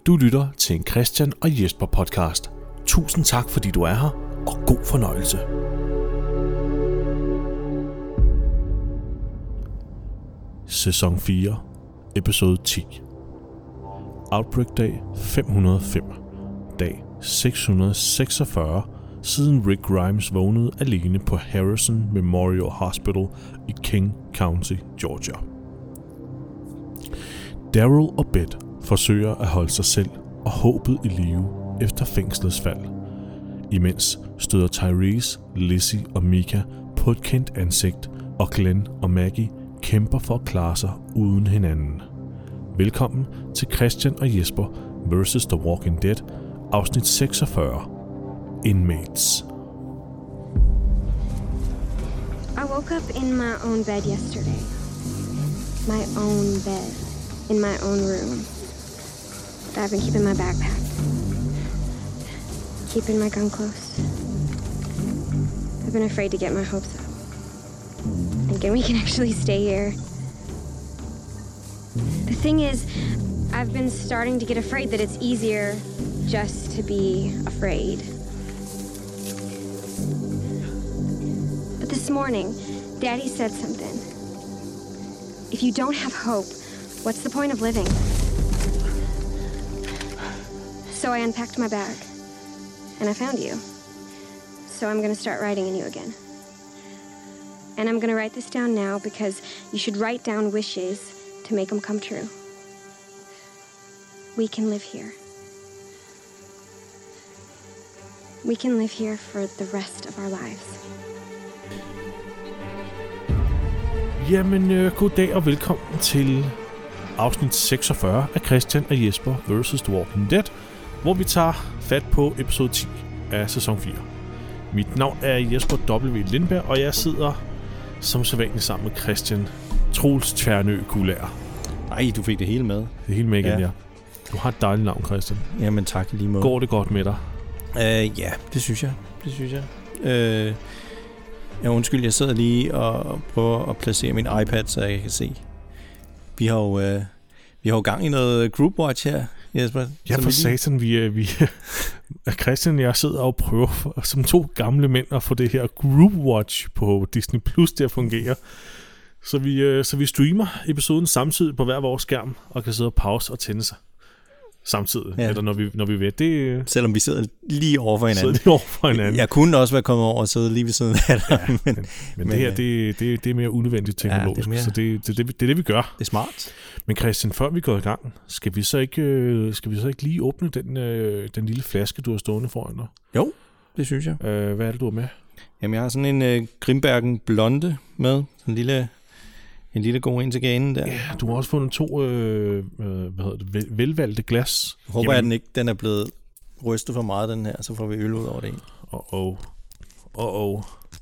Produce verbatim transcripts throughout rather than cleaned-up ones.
Du lytter til en Christian og Jesper podcast. Tusind tak, fordi du er her, og god fornøjelse. Sæson fire, episode ti. Outbreak dag fem hundrede og fem. Dag seks hundrede og seksogfyrre, siden Rick Grimes vågnede alene på Harrison Memorial Hospital i King County, Georgia. Daryl og Beth forsøger at holde sig selv og håbet i live efter fængslets fald. Imens støder Tyrese, Lizzie og Mika på et kendt ansigt, og Glenn og Maggie kæmper for at klare sig uden hinanden. Velkommen til Christian og Jesper versus The Walking Dead, afsnit seksogfyrre. Inmates. I woke up in my own bed yesterday. My own bed. In my own room. But I've been keeping my backpack. Keeping my gun close. I've been afraid to get my hopes up. Thinking we can actually stay here. The thing is, I've been starting to get afraid that it's easier just to be afraid. But this morning, Daddy said something. If you don't have hope, what's the point of living? So I unpacked my bag, and I found you. So I'm gonna start writing in you again. And I'm gonna write this down now because you should write down wishes to make them come true. We can live here. We can live here for the rest of our lives. Jamen, øh, goddag og velkommen til afsnit seksogfyrre af Christian og Jesper versus The Walking Dead, hvor vi tager fat på episode ti af sæson fire. Mit navn er Jesper W. Lindberg, og jeg sidder som sædvanligt sammen med Christian Troels Tværnø Gulær. Nej, du fik det hele med. Det hele med igen, ja. ja. Du har et dejligt navn, Christian. Jamen tak lige måde. Går det godt med dig? Uh, ja, det synes jeg. Det synes jeg. Uh, ja, undskyld, jeg sidder lige og prøver at placere min iPad, så jeg kan se. Vi har jo, uh, vi har jo gang i noget group watch her, Jesper. Ja, for satan, vi, vi Christian og jeg sidder og prøver for, som to gamle mænd at få det her group watch på Disney Plus til at fungere. Så vi, så vi streamer episoden samtidig på hver vores skærm, og kan sidde og pause og tænde sig samtidig, ja. Eller når vi, når vi ved det. Selvom vi sidder lige over for hinanden. Sidder lige over for hinanden. Jeg kunne også være kommet over og sidde lige ved siden af dig. Ja, men, men, men det her, det, det, det er mere unødvendigt teknologisk, ja, det mere, så det, det, det, det er det, vi gør. Det er smart. Men Christian, før vi går i gang, skal vi så ikke, skal vi så ikke lige åbne den, den lille flaske, du har stående foran dig? Jo, det synes jeg. Øh, hvad er det, du har med? Jamen, jeg har sådan en uh, Grimbergen Blonde med, sådan en lille... En lille god en til ganen der. Ja, du har også fundet to øh, hvad hedder det, vel, velvalgte glas. Jeg håber, at den ikke den er blevet rystet for meget, den her, så får vi øl ud over det. Åh, åh. Åh, åh.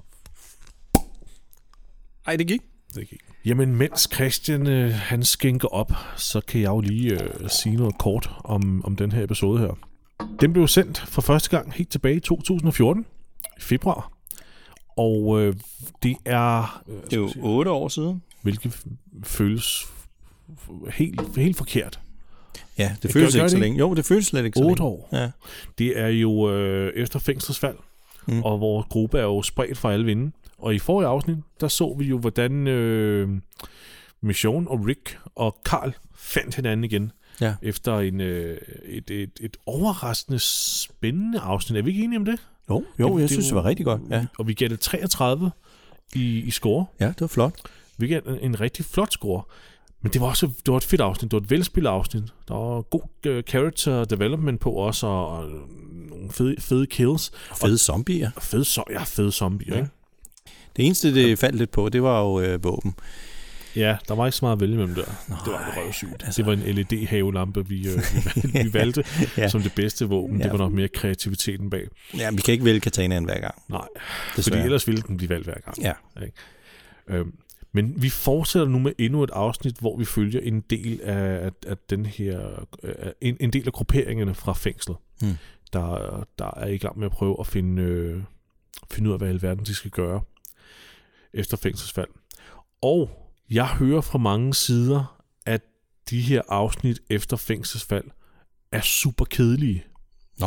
Ej, det gik. Det gik. Jamen, mens Christian øh, han skænker op, så kan jeg jo lige øh, sige noget kort om, om den her episode her. Den blev sendt for første gang helt tilbage i to tusind og fjorten, i februar. Og øh, det er... Øh, det er jo otte år siden. Hvilket føles helt, helt forkert. Ja, det føles ikke så længe. Jo, det føles slet ikke så længe. otte år. Ja. Det er jo øh, efter fængselsfald, mm. og vores gruppe er jo spredt fra alle vinde. Og i forrige afsnit, der så vi jo, hvordan øh, Mission og Rick og Carl fandt hinanden igen. Ja. Efter en, øh, et, et, et overraskende spændende afsnit. Er vi ikke enige om det? Jo, jo det, jeg det synes, var, det var rigtig godt. Ja. Og vi gav det treogtredive i, i score. Ja, det var flot. Vi gav en, en rigtig flot score. Men det var også det var et fedt afsnit. Det var et velspillet afsnit. Der var god uh, character development på også, og, og nogle fede, fede kills. Og fede zombier. Og fede, ja, fede zombier, ja. Ikke? Det eneste, det faldt lidt på, det var jo øh, våben. Ja, der var ikke så meget at vælge mellem der. Nej, det var det røvsygt. Altså. Det var en L E D-havelampe, vi, øh, vi, vi valgte ja. som det bedste våben. Ja. Det var nok mere kreativiteten bag. Ja, vi kan ikke vælge katanaen hver gang. Nej, desværre. Fordi ellers ville den blive valgt hver gang. Ja. Ikke? Øhm, men vi fortsætter nu med endnu et afsnit, hvor vi følger en del af, af den her, en, en del af grupperingerne fra fængslet, hmm. der, der er i gang med at prøve at finde, øh, finde ud af, hvad i alverden de skal gøre efter fængselsfald. Og jeg hører fra mange sider, at de her afsnit efter fængselsfald er super kedelige. Nå.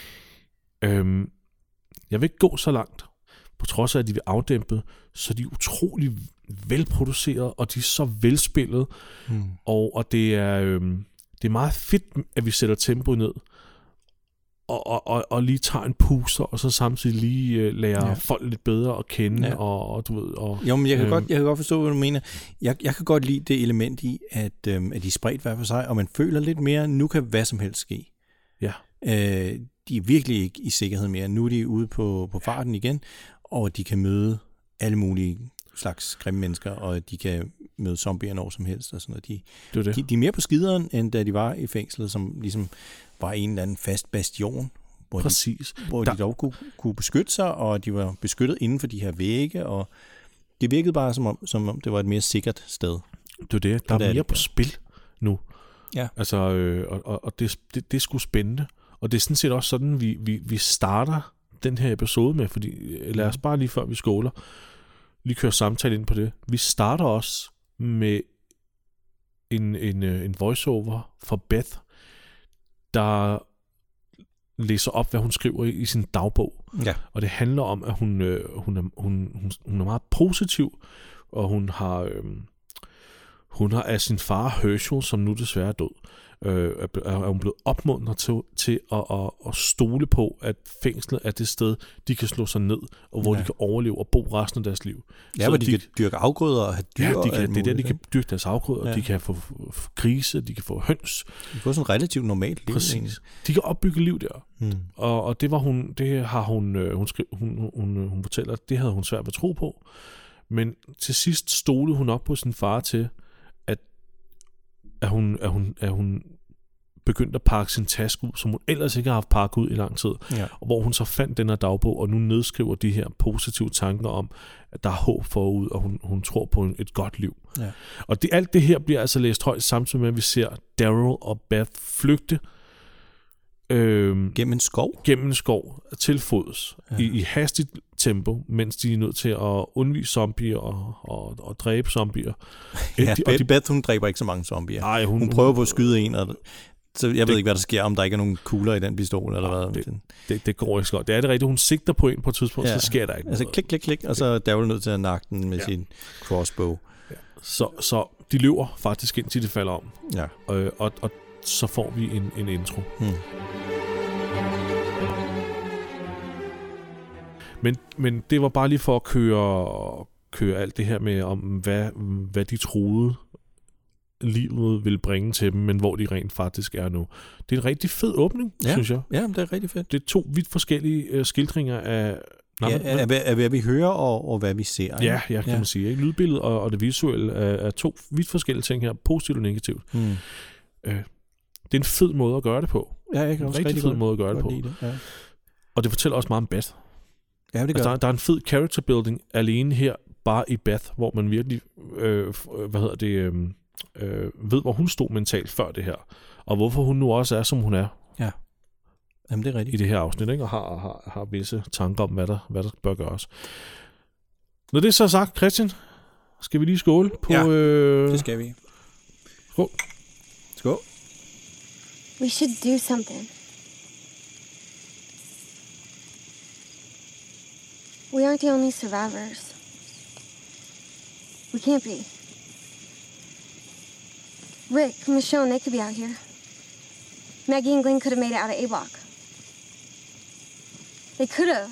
Øhm, jeg vil ikke gå så langt, på trods af, at de vil afdæmpe, så de er utrolig velproduceret, og de er så velspillet, mm. og, og det er øhm, det er meget fedt, at vi sætter tempoet ned, og, og, og, og lige tager en puster, og så samtidig lige øh, lærer ja. folk lidt bedre at kende, ja. og, og du ved... Og, jo, men jeg kan, øhm, godt, jeg kan godt forstå, hvad du mener. Jeg, jeg kan godt lide det element i, at, øhm, at de er spredt hver for sig, og man føler lidt mere, nu kan hvad som helst ske. Ja. Øh, de er virkelig ikke i sikkerhed mere. Nu er de ude på, på farten igen, og de kan møde alle mulige slags grimme mennesker, og de kan møde zombier når som helst. Og sådan noget. De, det det. De, de er mere på skideren, end da de var i fængslet, som ligesom var en eller anden fast bastion, hvor, Præcis. de, hvor Der... de dog kunne, kunne beskytte sig, og de var beskyttet inden for de her vægge, og det virkede bare som om, som om det var et mere sikkert sted. Det er det. Der er det mere er det, på spil nu. Ja. Altså, øh, og, og det, det, det er sgu spændende. Og det er sådan set også sådan, vi, vi, vi starter den her episode med, fordi lad os bare lige før vi skåler, lige køre samtale ind på det. Vi starter også med en, en, en voiceover fra Beth, der læser op, hvad hun skriver i, i sin dagbog. Ja. Og det handler om, at hun, øh, hun, er, hun, hun, hun er meget positiv, og hun har, øh, hun har af sin far Herschel, som nu desværre er død, øh, er, er hun blevet opmuntret til, til at, at, at stole på, at fængslet er det sted, de kan slå sig ned, og hvor ja. de kan overleve og bo resten af deres liv. Ja, så hvor de, de kan dyrke afgrøder og have dyr. Ja, de kan, det er der, de kan dyrke deres afgrøder, ja. de kan få, få grise, de kan få høns. De kan få sådan relativt normalt liv. Præcis. De kan opbygge liv der. Hmm. Og, og det var hun, det har hun, øh, hun, skrev, hun, hun, hun fortæller, at det havde hun svært ved at tro på. Men til sidst stolede hun op på sin far til, at, at, hun, at, hun, at hun begyndte at pakke sin taske ud, som hun ellers ikke har haft pakket ud i lang tid. Ja. Og hvor hun så fandt den her dagbog, og nu nedskriver de her positive tanker om, at der er håb forud, og hun, hun tror på et godt liv. Ja. Og det, alt det her bliver altså læst højt, samtidig med, at vi ser Daryl og Beth flygte øh, gennem en skov? Gennem en skov til fods, ja. i, i hastigt tempo, mens de er nødt til at undvige zombier og, og, og dræbe zombier. Ja, de, Betty Beth, hun dræber ikke så mange zombier. Nej, hun, hun prøver på at skyde en, og så jeg det, ved ikke, hvad der sker, om der ikke er nogen kugler i den pistol, eller hvad. Det, det, det går ikke så godt. Det er det rigtigt, hun sigter på en på et tidspunkt, ja. så sker der ikke altså, noget. klik, klik, klik, og så er Daryl nødt til at nakke den med ja. sin crossbow. Ja. Så, så de løber faktisk indtil de falder om. Ja. Øh, og, og så får vi en, en intro. Hmm. Men, men det var bare lige for at køre, køre alt det her med, om hvad, hvad de troede, livet ville bringe til dem, men hvor de rent faktisk er nu. Det er en rigtig fed åbning, ja. synes jeg. Ja, det er rigtig fedt. Det er to vidt forskellige uh, skildringer af... Nej, ja, af, af, af hvad vi hører og, og hvad vi ser. Ja, ja, kan ja. man sige. Ikke? Lydbilledet og, og det visuelle er, er to vidt forskellige ting her, positivt og negativt. Hmm. Uh, det er en fed måde at gøre det på. Ja, jeg kan en også rigtig fed måde at gøre det på. Det, ja. Og det fortæller også meget om Beth. Ja, det gør. Altså, der, der er en fed character building alene her, bare i Beth, hvor man virkelig, øh, hvad hedder det, øh, øh, ved, hvor hun stod mentalt før det her, og hvorfor hun nu også er, som hun er. Ja, jamen det er rigtigt. I det her afsnit, ikke? Og har, har, har visse tanker om, hvad der, hvad der bør gøres. Når det er så sagt, Christian, skal vi lige skåle på... Ja, øh... det skal vi. Skål. Skål. We should do something. We aren't the only survivors. We can't be. Rick, Michonne, they could be out here. Maggie and Glenn could have made it out of A-Block. They could have.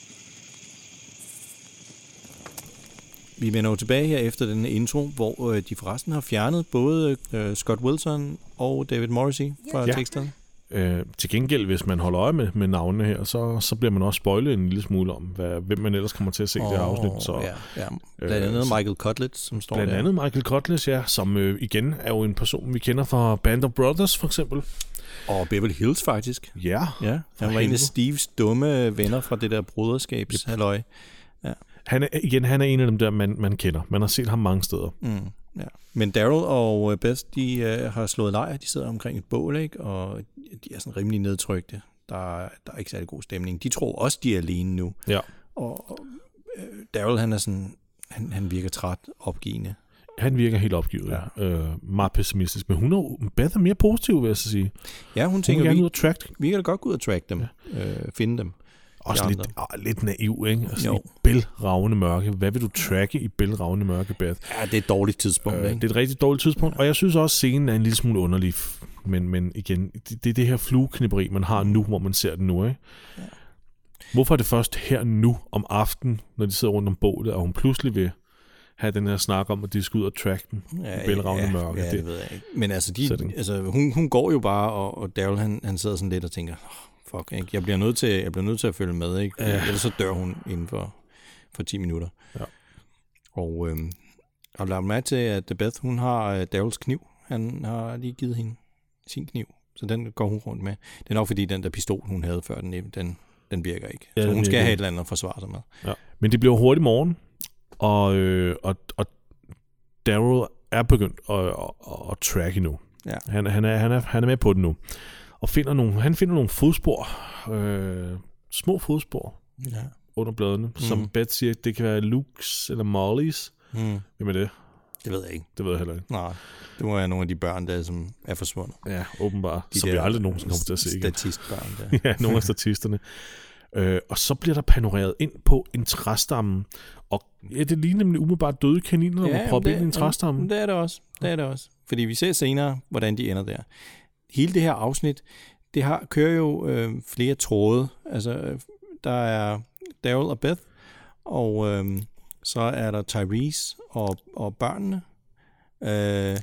Vi vender jo tilbage her efter den intro, hvor øh, de forresten har fjernet både øh, Scott Wilson og David Morrissey fra ja. teksterne. Øh, til gengæld, hvis man holder øje med, med navnene her, så, så bliver man også spoilet en lille smule om, hvad, hvem man ellers kommer til at se oh, det her afsnit. Så, ja, ja. Blandt andet øh, Michael Cudlitz, som står blandt der. Blandt andet Michael Cudlitz, ja, som øh, igen er jo en person, vi kender fra Band of Brothers, for eksempel. Og Beverly Hills, faktisk. Ja. ja han var en af Steves dumme venner fra det der broderskabshalløj. Yep. Ja. Han er, igen, han er en af dem der, man, man kender. Man har set ham mange steder. Mm, ja. Men Daryl og Beth, de øh, har slået lejr. De sidder omkring et bål, ikke? Og de er sådan rimelig nedtrykte. Der, der er ikke særlig god stemning. De tror også, de er alene nu. Ja. Og øh, Daryl, han er sådan, han, han virker træt, opgivende. Han virker helt opgivet. Ja. Øh, meget pessimistisk. Men hun er, Beth er mere positiv, vil jeg så sige. Ja, hun tænker, hun kan vi, ud og track. vi kan da godt gå ud og track dem. Ja. Øh, finde dem. Også lidt, øh, lidt naiv, ikke? Altså jo. i bælragende mørke. Hvad vil du tracke i bælragende mørke, Beth? Ja, det er et dårligt tidspunkt, øh, ikke? Det er et rigtig dårligt tidspunkt. Og jeg synes også, at scenen er en lille smule underlig. Men, men igen, det, det er det her flueknipperi, man har nu, hvor man ser det nu, ikke? Ja. Hvorfor er det først her nu om aftenen, når de sidder rundt om bålet, og hun pludselig vil have den her snak om, at de skal ud og track den ja, i bælragende ja, mørke? Ja, det, det ved jeg ikke. Men altså, de, altså hun, hun går jo bare, og, og Daryl, han, han sidder sådan lidt og tænker, oh, fuck, ikke? Jeg bliver nødt til, jeg bliver nødt til at følge med, ikke? Ja. Ellers så dør hun inden for, for ti minutter. Ja. Og, øhm, og lad mig til, at Beth, hun har Daryls kniv. Han har lige givet hende sin kniv, så den går hun rundt med. Det er nok fordi, den der pistol, hun havde før, den, den, den virker ikke. Ja, så hun skal have et eller andet at forsvare sig med. Ja. Men det bliver hurtigt morgen, og, øh, og, og Daryl er begyndt at, at, at tracke nu. Ja. Han, han, er, han, er, han er med på det nu. Og finder nogle, han finder nogle fodspor, øh, små fodspor ja. under bladene, mm. som Beth siger, det kan være Lukes eller Mollys. Mm. Hvem er det? Det ved jeg ikke. Det ved jeg heller ikke. Nej, det må være nogle af de børn, der som er forsvundet. Ja, åbenbart. De som vi aldrig nogensinde kommer til at se igen. Statistbørn der. Ja, nogle af statisterne. øh, og så bliver der panoreret ind på en træstamme. Og ja, det ligner nemlig umiddelbart døde kaniner, når ja, man propper ind i en træstamme. Det er det også. Det er det også. Fordi vi ser senere, hvordan de ender der. Hele det her afsnit, det har, kører jo øh, flere tråde. Altså, der er Daryl og Beth, og øh, så er der Tyrese og, og børnene. Øh,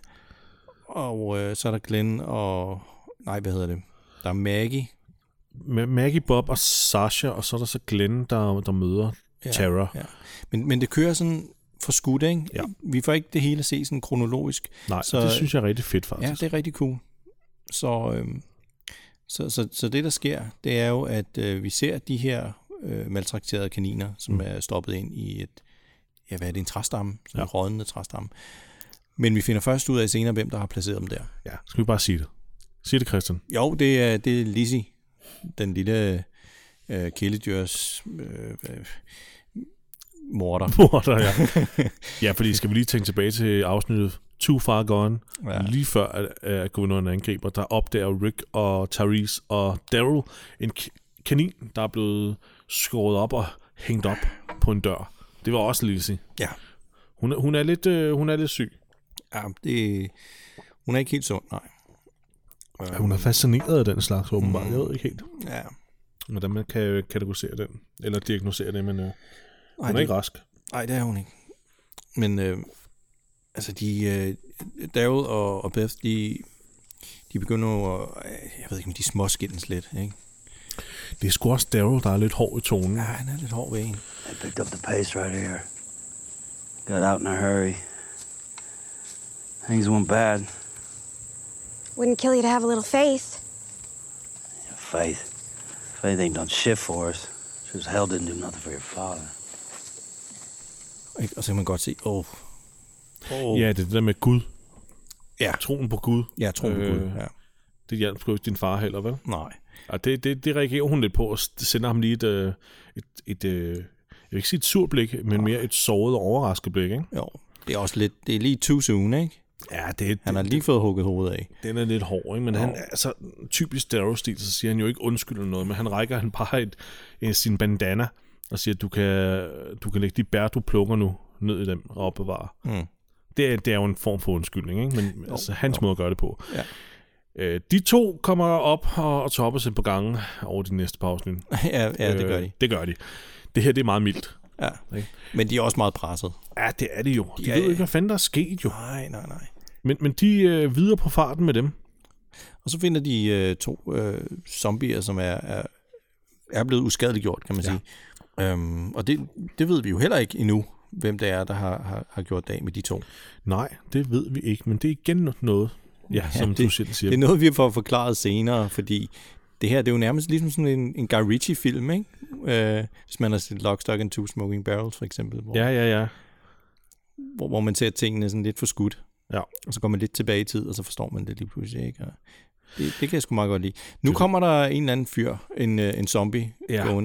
og øh, så er der Glenn og... Nej, hvad hedder det? Der er Maggie. Maggie, Bob og Sasha, og så er der så Glenn, der, der møder ja, Tara. Ja. Men, men det kører sådan for skudt, ikke? Ja. Vi får ikke det hele at se sådan kronologisk. Nej, så, det synes jeg er rigtig fedt, faktisk. Ja, det er rigtig cool. Så, øh, så, så, så det, der sker, det er jo, at øh, vi ser de her øh, maltrakterede kaniner, som mm. er stoppet ind i et... Ja, hvad er det? En træstamme? Sådan ja. En rådnende træstamme. Men vi finder først ud af senere, hvem der har placeret dem der. Ja, skal vi bare sige det? Sig det, Christian. Jo, det er, det er Lizzie. Den lille øh, kæledyrs øh, øh, morder. Morder, ja. Ja, fordi skal vi lige tænke tilbage til afsnittet Too Far Gone. Ja. Lige før at, at guvernøren angriber, der opdager Rick og Tyrese og Daryl en k- kanin, der er blevet skåret op og hængt op på en dør. Det var også Lizzie. Ja. Hun er, hun er, lidt, øh, hun er lidt syg. Ja, det, hun er ikke helt sund, nej. Ja, hun er fascineret af den slags, åbenbart. Mm. Jeg ved ikke helt. Ja. Hvordan man kan kategorisere den, eller diagnosere det, men øh, hun Ej, er det, ikke rask. Nej, det er hun ikke. Men øh, altså, de, øh, Daryl og, og Beth, de, de begynder jo at, jeg ved ikke, om de småskændes lidt, ikke? Det er sgu også Daryl, der er lidt hård i tonen. Ja, han er lidt hård ved en. I picked up the pace right here. Got out in a hurry. Things went bad. Wouldn't kill you to have a little faith. Yeah, faith. Faith ain't done shit for us. She was hell didn't do nothing for your father. Og så kan man godt se, åh. Oh. Oh. Ja, det er det der med Gud. Ja. Troen på Gud. Ja, troen på øh, Gud, ja. Det hjalp sgu ikke din far heller, vel? Nej. Ja, det, det, det reagerer hun lidt på, og sender ham lige et, et, et, et jeg vil ikke sige et surt blik, men mere et såret og overrasket blik, ikke? Jo, det er også lidt, det er lige too soon, ikke? Ja, det, han har lige fået hugget hovedet af. Den er lidt hård, ikke? Men oh. han er altså typisk Daryl-stil, så siger han jo ikke undskyld eller noget, men han rækker han bare et, et, sin bandana og siger, at du kan, du kan lægge de bær, du plukker nu, ned i dem og opbevare. Mm. Det, er, det er jo en form for undskyldning, ikke? Men oh. altså, hans oh. måde at gøre det på. Ja. Øh, de to kommer op og, og topper sig på gangen over de næste par afsnit. ja, ja, det gør de. Øh, det gør de. Det her, det er meget mildt. Ja, ikke? Men de er også meget presset. Ja, det er de jo. De ja, ved ikke, hvad fanden der er sket jo. Nej, nej, nej. Men, men de er øh, videre på farten med dem. Og så finder de øh, to øh, zombier, som er, er, er blevet uskadeliggjort, kan man ja. sige. Øhm, og det, det ved vi jo heller ikke endnu, hvem det er, der har, har, har gjort dag med de to. Nej, det ved vi ikke, men det er igen noget, ja, ja som det, du selv siger. Det er noget, vi får forklaret senere, fordi det her, det er jo nærmest ligesom sådan en, en Guy Ritchie-film, ikke? Øh, hvis man har set Lock, Stock and Two Smoking Barrels, for eksempel. Hvor, ja, ja, ja. Hvor, hvor man ser tingene sådan lidt for skudt. Ja. Og så går man lidt tilbage i tid, og så forstår man det lige pludselig, ikke? Og det, det kan jeg sgu meget godt lide. Nu kommer der en eller anden fyr, en, en zombie, ja. gående.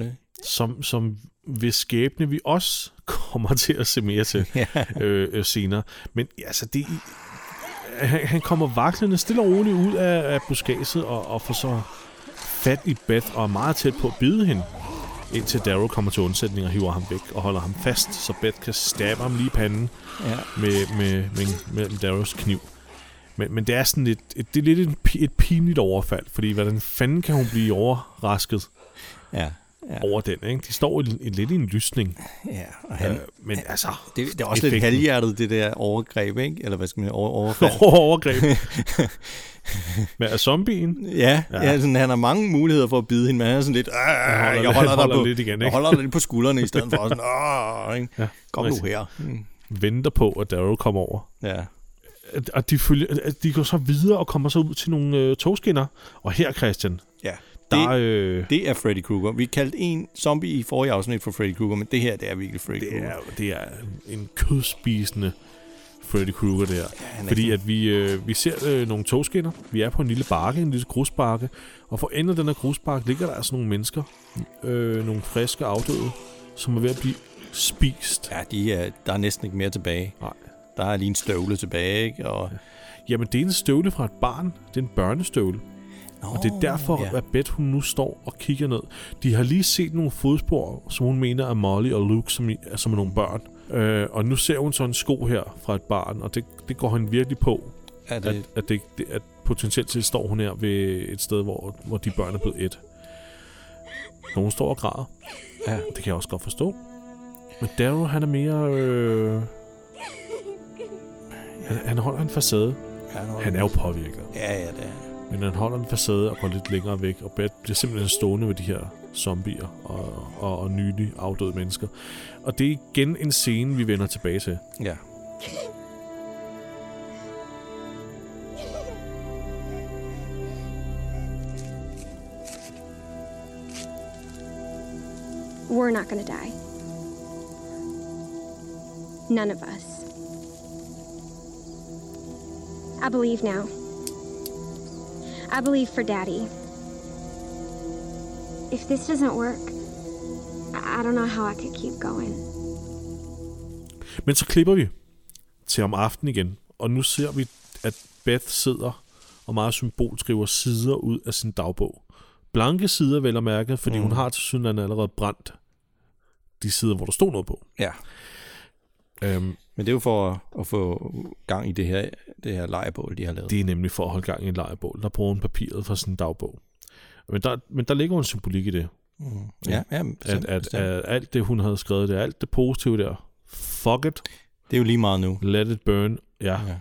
som, som ved skæbne vi også kommer til at se mere til ja. øh, øh, senere. Men altså, det, han, han kommer vaklende stille og roligt ud af, af buskadset og, og får så fat i Beth og er meget tæt på at bide hende, indtil Darrow kommer til undsætning og hiver ham væk og holder ham fast, så Beth kan stabbe ham lige i panden ja. med, med, med, med Darrows kniv. Men, men det er sådan et, et, det er lidt et, et pinligt overfald, fordi hvordan fanden kan hun blive overrasket ja, ja. over den, ikke? De står i, i, lidt i en lysning. Ja, og han, øh, men altså... Det, det er også effekten. Lidt halvhjertet, det der overgreb, ikke? Eller hvad skal man sige? Over, overfald. overgreb. Men er zombien? Ja, ja. ja sådan, han har mange muligheder for at bide hende, men han er sådan lidt... Jeg holder, jeg holder, holder på, lidt igen, ikke? Jeg holder lidt på skuldrene i stedet for sådan... Ikke? Ja, kom nu her. Mm. Venter på, at Darrow kommer over. Ja. At de, følger, at de går så videre og kommer så ud til nogle øh, togskinner. Og her, Christian, ja, der, det, øh, det er Freddy Krueger. Vi kaldte en zombie i forrige afsnit for Freddy Krueger, men det her, det er virkelig Freddy det Krueger. Er, det er en kødspisende Freddy Krueger der. Ja, fordi at vi, øh, vi ser øh, nogle togskinner. Vi er på en lille bakke, en lille grusbakke. Og for enden af den her grusbakke ligger der altså nogle mennesker. Øh, nogle friske afdøde, som er ved at blive spist. Ja, de er, der er næsten ikke mere tilbage. Nej. Der er lige en støvle tilbage, ikke? Og... Jamen, det er en støvle fra et barn. Det er en børnestøvle. Nå, og det er derfor, ja. at Beth, hun nu står og kigger ned. De har lige set nogle fodspor, som hun mener er Molly og Luke, som, i, som er nogle børn. Øh, og nu ser hun så en sko her fra et barn, og det, det går han virkelig på. Er det... At, at, det, at potentielt set står hun her ved et sted, hvor, hvor de børn er blevet et. Nogen står og græder. Ja, det kan jeg også godt forstå. Men Darrow, han er mere... Øh, Han, han holder en facade. Ja, han, han er jo påvirket. Ja, ja, det er. Men han holder en facade og går lidt længere væk, og Beth bliver simpelthen stående ved de her zombier og, og, og nylig afdøde mennesker. Og det er igen en scene, vi vender tilbage til. Ja. We're not gonna die. None of us. I believe now. I believe for Daddy. If this doesn't work, I don't know how I could keep going. Men så klipper vi til om aftenen igen, og nu ser vi, at Beth sidder og meget symbol skriver sider ud af sin dagbog. Blanke sider, vel at mærke, fordi mm. hun har til synligheden allerede brændt de sider, hvor der stod noget på. Ja. Øhm, Men det er jo for at, at få gang i det her, det her lejrebål, de har lavet. Det er nemlig for at holde gang i en lejrebål. Der bruger hun papiret fra sin dagbog. Men der, men der ligger en symbolik i det. Mm. Ja, ja, at, at, at alt det, hun havde skrevet der, alt det positive der, fuck it. Det er jo lige meget nu. Let it burn. Ja. ja.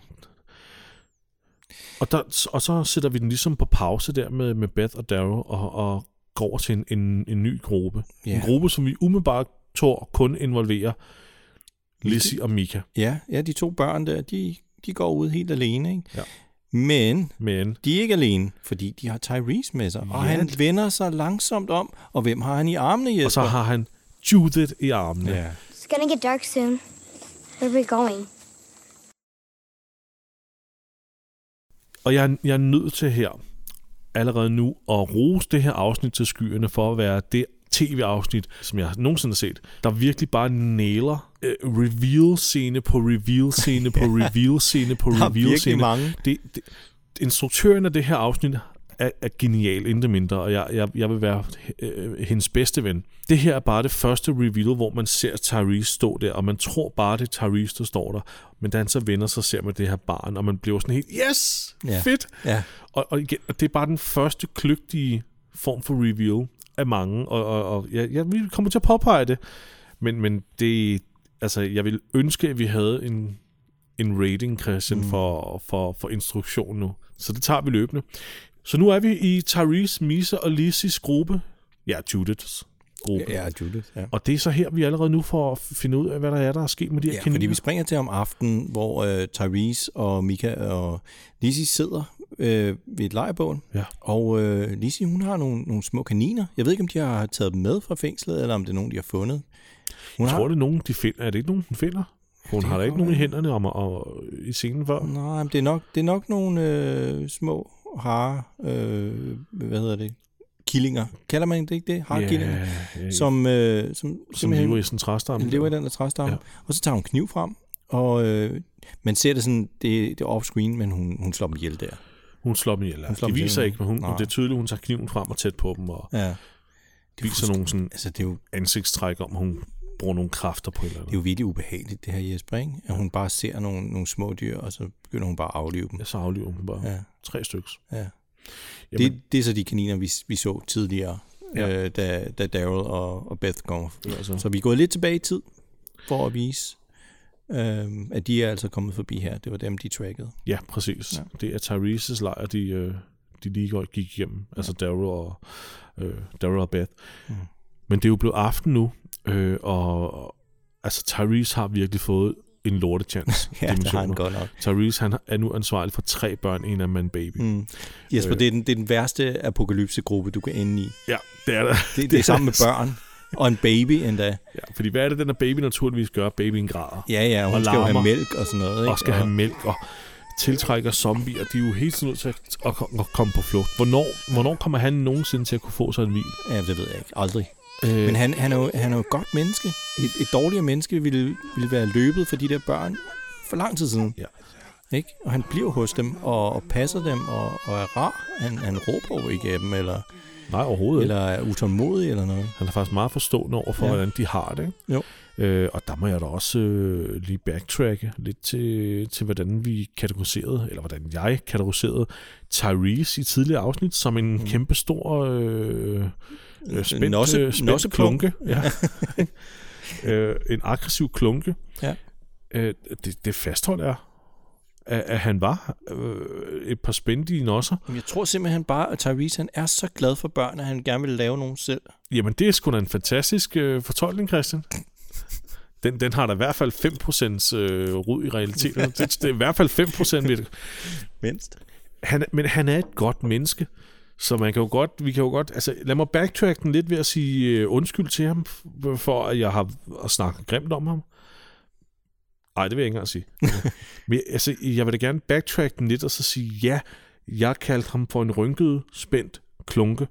Og, der, og så sætter vi den ligesom på pause der med, med Beth og Darrow og, og går over til en, en, en ny gruppe. Yeah. En gruppe, som vi umiddelbart tror kun involverer Lizzie og Micah. Ja, ja, de to børn der, de, de går ud helt alene, ikke? Ja. Men, Men de er ikke alene, fordi de har Tyrese med sig, ja. Og han vender sig langsomt om, og hvem har han i armene, Jesper? Og så har han Judith i armene. Ja. It's gonna get dark soon. Where are we going? Og jeg, jeg er nødt til her, allerede nu, at rose det her afsnit til skyerne for at være det tv-afsnit, som jeg nogensinde har set, der virkelig bare nailer uh, reveal-scene på reveal-scene på reveal-scene på reveal-scene. mange. Det, det, instruktøren af det her afsnit er, er genial, intet mindre, og jeg, jeg, jeg vil være øh, hendes bedste ven. Det her er bare det første reveal, hvor man ser Tyrese stå der, og man tror bare, det er Tyrese, der står der. Men da han så vender, så ser man det her barn, og man bliver sådan helt, yes, ja. fedt! Ja. Og, og, igen, og det er bare den første kløgtige form for reveal af mange, og, og, og ja, ja, vi kommer til at påpege det, men, men det, altså, jeg vil ønske, at vi havde en, en rating, Christian, mm. for, for, for instruktion nu. Så det tager vi løbende. Så nu er vi i Tyrese, Misa og Lizzies gruppe. Ja, Judiths gruppe. Ja, ja, Judith, ja. Og det er så her, vi allerede nu får at finde ud af, hvad der er, der er sket med de her ja, kaniner. Fordi vi springer til om aftenen, hvor uh, Tyrese og Micah og Lizzie sidder uh, ved et lejrebål. Ja. Og uh, Lizzie, hun har nogle, nogle små kaniner. Jeg ved ikke, om de har taget dem med fra fængslet, eller om det er nogen, de har fundet. Hun jeg har... tror, det er nogen, de finder. Er det ikke nogen, hun finder? Hun det har da ikke nogen i hænderne om, og, i scenen før. Nej, men det er nok, det er nok nogle øh, små hare, øh, hvad hedder det, killinger. Kalder man det ikke det? Harkillinger. Ja, ja, ja. Som, øh, som, som lever i sådan en træstamme. lever i den der træstamme. Ja. Og så tager hun kniv frem, og øh, man ser det sådan, det, det er off-screen, men hun, hun slår dem ihjel der. Hun slår dem ihjel. De viser ikke, men hun, det er tydeligt, hun tager kniven frem og tæt på dem, og ja. Det viser nogle sådan altså, det er jo, ansigtstræk om, hun bruger nogle kræfter på eller andet. Det er jo virkelig ubehageligt, det her Jesper, ikke? At hun bare ser nogle, nogle små dyr, og så begynder hun bare at aflive dem. Ja, så afliver hun bare. Ja. Tre stykker. Ja. Det, det er så de kaniner, vi, vi så tidligere, ja. øh, da, da Daryl og, og Beth kommer. Altså. Så vi er gået lidt tilbage i tid, for at vise, øh, at de er altså kommet forbi her. Det var dem, de trackede. Ja, præcis. Ja. Det er Tyrese's lejr, de, øh, de lige går, gik igennem. Ja. Altså Daryl og, øh, Daryl og Beth. Mm. Men det er jo blevet aften nu, øh, og altså Tyrese har virkelig fået en lortechance. Ja, det har han godt nok. Tyrese, han er nu ansvarlig for tre børn, en af dem en baby. Mm. Jesper, øh. det, er den, det er den værste apokalypsegruppe, du kan ende i. Ja, det er det. Det, det, det er sammen med børn. Og en baby endda. Ja, fordi hvad er det, den der baby naturligvis gør? Babyen græder. Ja, ja, hun skal jo have mælk og sådan noget. Ikke? Og skal ja. have mælk, og tiltrækker zombier. De er jo helt nødt til at, at, at komme på flugt. Hvornår, hvornår kommer han nogensinde til at kunne få sig en hvil? Ja, det ved jeg ikke. Aldrig. Øh. Men han, han, er jo, han er jo et godt menneske. Et, et dårligere menneske ville, ville være løbet for de der børn for lang tid siden. Ja. Ikke? Og han bliver hos dem og, og passer dem og, og er rar. Han, han råber jo ikke af dem, eller... Nej, overhovedet Eller er utålmodig eller noget. Han er faktisk meget forstående over for, ja. hvordan de har det. Ikke? Jo. Øh, og der må jeg da også øh, lige backtracke lidt til, til, hvordan vi kategoriserede, eller hvordan jeg kategoriserede Tyrese i tidligere afsnit, som en mm. kæmpe stor øh, øh, spændt, Nosse, spændt klunke. Ja. øh, en aggressiv klunke. Ja. Øh, det, det fastholder jeg. At, at han var øh, et par spændige nosser. Jeg tror simpelthen bare, at Tyrese han er så glad for børn, at han gerne vil lave nogen selv. Jamen, det er sgu da en fantastisk øh, fortolkning, Christian. Den, den har da i hvert fald fem procent øh, rod i realiteten. det, det er i hvert fald fem procent. Mindst. Han, men han er et godt menneske, så man kan jo godt, vi kan jo godt, altså lad mig backtrack den lidt ved at sige øh, undskyld til ham, for at jeg har snakket grimt om ham. Nej, det vil jeg ikke engang sige. Men altså, jeg vil da gerne backtrack den lidt og så sige, ja, jeg kaldte ham for en rynket, spændt klunke,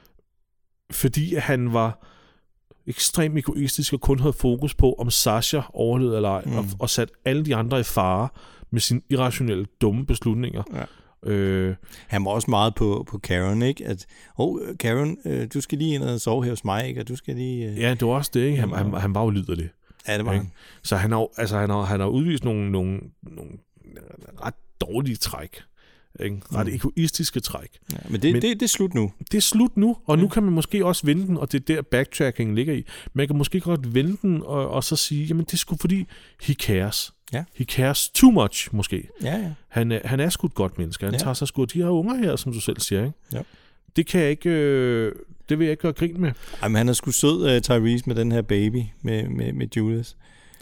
fordi han var ekstremt egoistisk og kun havde fokus på, om Sasha overlevede eller ej, mm. og, og sat alle de andre i fare med sine irrationelle, dumme beslutninger. Ja. Øh, han var også meget på, på Karen, ikke? At, oh, Karen, øh, du skal lige ind og sove her hos mig, ikke? Og du skal lige... Øh... Ja, det var også det, ikke? Han, han, han var jo liderlig. Ja, det var han. Så han har, altså, han har, han har udvist nogle, nogle, nogle ret dårlige træk. Ikke? Ret mm. egoistiske træk. Ja, men det, men det, det er slut nu. Det er slut nu, og ja. nu kan man måske også vende den, og det er der backtracking ligger i. Man kan måske godt vende den, og, og så sige, jamen det er sgu fordi, he cares. Ja. He cares too much, måske. Ja, ja. Han, er, han er sgu et godt menneske. Han ja. tager sig sgu de her unger her, som du selv siger. Ikke? Ja. Det kan jeg ikke... Øh, det vil jeg ikke gøre grin med. Ej, men han er sgu sød, uh, Tyrese, med den her baby, med, med, med Julius.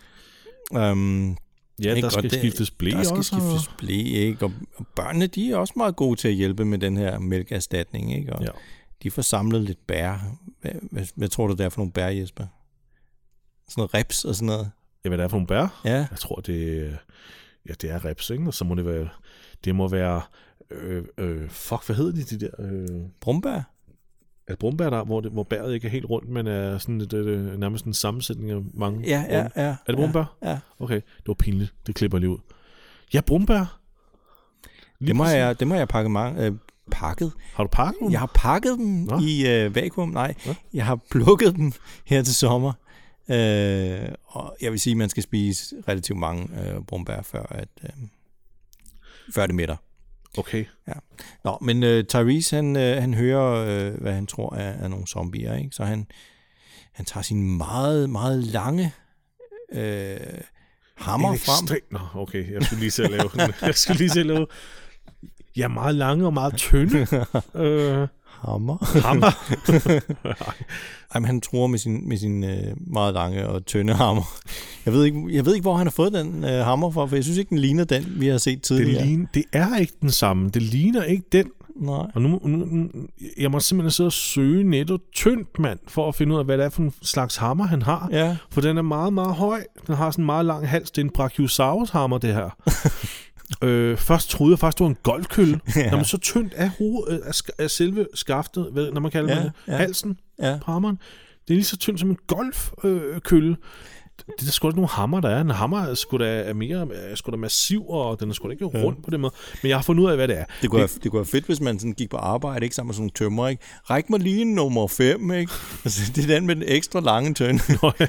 Um, ja, der skal skiftes blæ også. Der skal skiftes blæ, ikke? Og, og børnene, de er også meget gode til at hjælpe med den her mælkeerstatning, ikke? Og ja. De får samlet lidt bær. Hvad, hvad, hvad tror du, der er for nogle bær, Jesper? Sådan noget rips og sådan noget. Ja, hvad der er for nogle bær? Ja. Jeg tror, det, ja, det er rips, ikke? Og så må det være... Det må være... Øh, øh, fuck, hvad hedder de, de der... Øh, brumbær? Er det brumbær der, hvor, det, hvor bæret ikke er helt rundt, men er sådan et, et, et, nærmest en sammensætning af mange? Ja, ja, ja. Er det brumbær? Ja, ja. Okay, det var pinligt. Det klipper lige ud. Ja, brumbær. Det må, jeg, det må jeg pakke mange... Øh, pakket. Har du pakket dem? Jeg har pakket dem Nå. i øh, vakuum. Nej, Nå. jeg har plukket dem her til sommer. Øh, og jeg vil sige, at man skal spise relativt mange øh, brumbær, før, at, øh, før det mætter. Okay. Ja. Nå, men øh, Tyrese, han, øh, han hører, øh, hvad han tror er, er nogle zombier, ikke? Så han, han tager sin meget, meget lange øh, hammer frem. Ekstrem. Nå, okay. Jeg skulle lige selv lave den. Jeg skulle lige selv lave... Ja, meget lange og meget tynde. øh, hammer? Hammer? Jamen, han tror med sin, med sin øh, meget lange og tynde hammer. Jeg ved, ikke, jeg ved ikke, hvor han har fået den øh, hammer fra, for jeg synes ikke, den ligner den, vi har set tidligere. Det, ligner, det er ikke den samme. Det ligner ikke den. Nej. Og nu, nu, jeg må simpelthen sidde og søge netto tyndt, mand, for at finde ud af, hvad det er for en slags hammer, han har. Ja. For den er meget, meget høj. Den har sådan en meget lang hals. Det er en Brachiosaurus-hammer, det her. Øh, først troede jeg faktisk, det var en golfkølle. Ja. Når man så tyndt af, hoved, af, sk- af selve skaftet, hvad, når man kalder Ja, det, ja. halsen Ja. på hammeren. Det er lige så tyndt som en golfkølle. Øh, det er der sgu da ikke nogen hammer, der er. En hammer er sgu da, er mere, er sgu da massiv, og den er sgu da ikke rundt ja. på den måde. Men jeg har fundet ud af, hvad det er. Det kunne, det, være, det kunne være fedt, hvis man sådan gik på arbejde, ikke, sammen med sådan nogle tømmer, ikke? Ræk mig lige en nummer fem, ikke? Altså, det er den med den ekstra lange tøn. Nå, ja.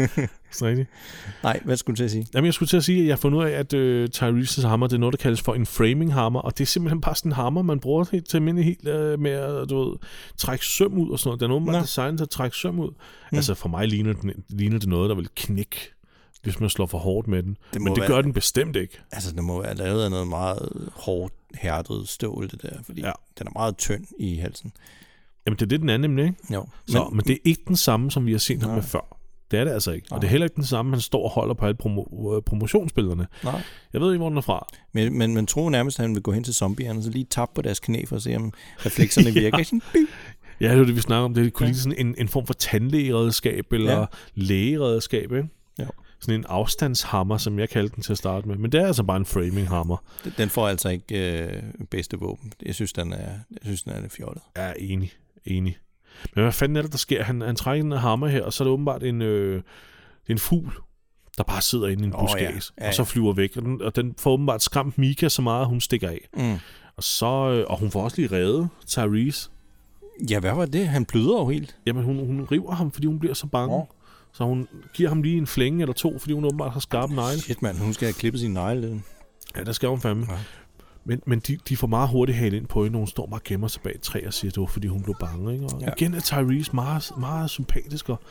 Så rigtigt. Nej, hvad skulle du til at sige? Jamen, jeg skulle til at sige, at jeg har fundet ud af, at øh, Tyrese's hammer, det er noget, der kaldes for en framing hammer, og det er simpelthen bare sådan en hammer, man bruger helt til almindelig helt øh, med at, du ved, trække søm ud og sådan noget. Der er nogen, man er designet til at trække søm ud. Mm. Altså, for mig ligner det, ligner det noget, der vil knække, hvis man slår for hårdt med den. Det Men det være, gør den bestemt ikke. Altså, det må være lavet af noget meget hårdt, hærdet stål, det der, fordi ja. den er meget tynd i halsen. Jamen, det er det, den er nemlig, ikke? Jo. Så, men, men det er ikke den samme, som vi har set ham med før. Det er det altså ikke. Og nej. Det er heller ikke den samme, han står og holder på alle promo- promotionsbillederne. Nej. Jeg ved ikke, hvor den er fra. Men, men man tror nærmest, at han vil gå hen til zombierne og så lige tappe på deres knæ for at se, om reflekserne virker. ja. Sådan, ja, det er det, vi snakker om. Det kunne ja. lige sådan en, en form for tandlægeredskab eller ja. lægeredskab, ikke? Ja. Sådan en afstandshammer, som jeg kaldte den til at starte med. Men det er altså bare en framing-hammer. Den får altså ikke øh, bedste våben. Jeg synes, den er, jeg synes, den er lidt fjollet. Jeg er enig. Enig. Men hvad fanden er det, der sker? Han, han trækker den hammer her, og så er det åbenbart en, øh, en fugl, der bare sidder inde i en buskage, oh, ja. Ja, ja. og så flyver væk. Og den, og den får åbenbart skræmt Mika så meget, at hun stikker af. Mm. Og, så, øh, og hun får også lige reddet Tyrese. Ja, hvad var det? Han bløder jo helt. Jamen, hun, hun river ham, fordi hun bliver så bange. Oh. Så hun giver ham lige en flænge eller to, fordi hun åbenbart har skarpe negle. Shit, mand. Hun skal have klippet sin negle. Ja, der skal hun fandme. Ja. Men, men de, de får meget hurtigt halet ind på hende, og hun står bare og gemmer sig bag et træ og siger, det var, fordi hun blev bange. Ikke? Og ja. igen er Tyrese meget, meget sympatisk. Og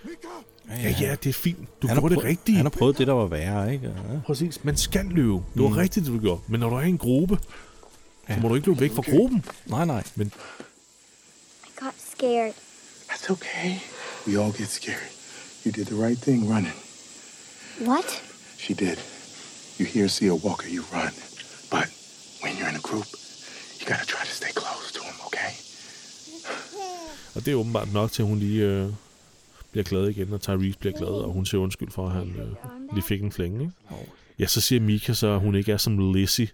ja, ja, ja, det er fint. Du gjorde prøvet, det rigtigt. Han har prøvet det, der var værre. Ikke? Ja. Præcis. Man skal løbe. Det var mm. rigtigt, det du gjorde. Men når du er i en gruppe, ja. så må du ikke løbe væk fra gruppen. Nej, nej. Men I got scared. That's okay. We all get scared. You did the right thing running. What? She did. You hear see a walker, you run. But when you're in a group, you gotta try to stay close to him, okay? Og det er åbenbart nok til, at hun lige øh, bliver glad igen, og Tyrese bliver glad, og hun siger undskyld for, at han øh, lige fik en flænge, ikke? Ja, så siger Mika så, at hun ikke er som Lizzie.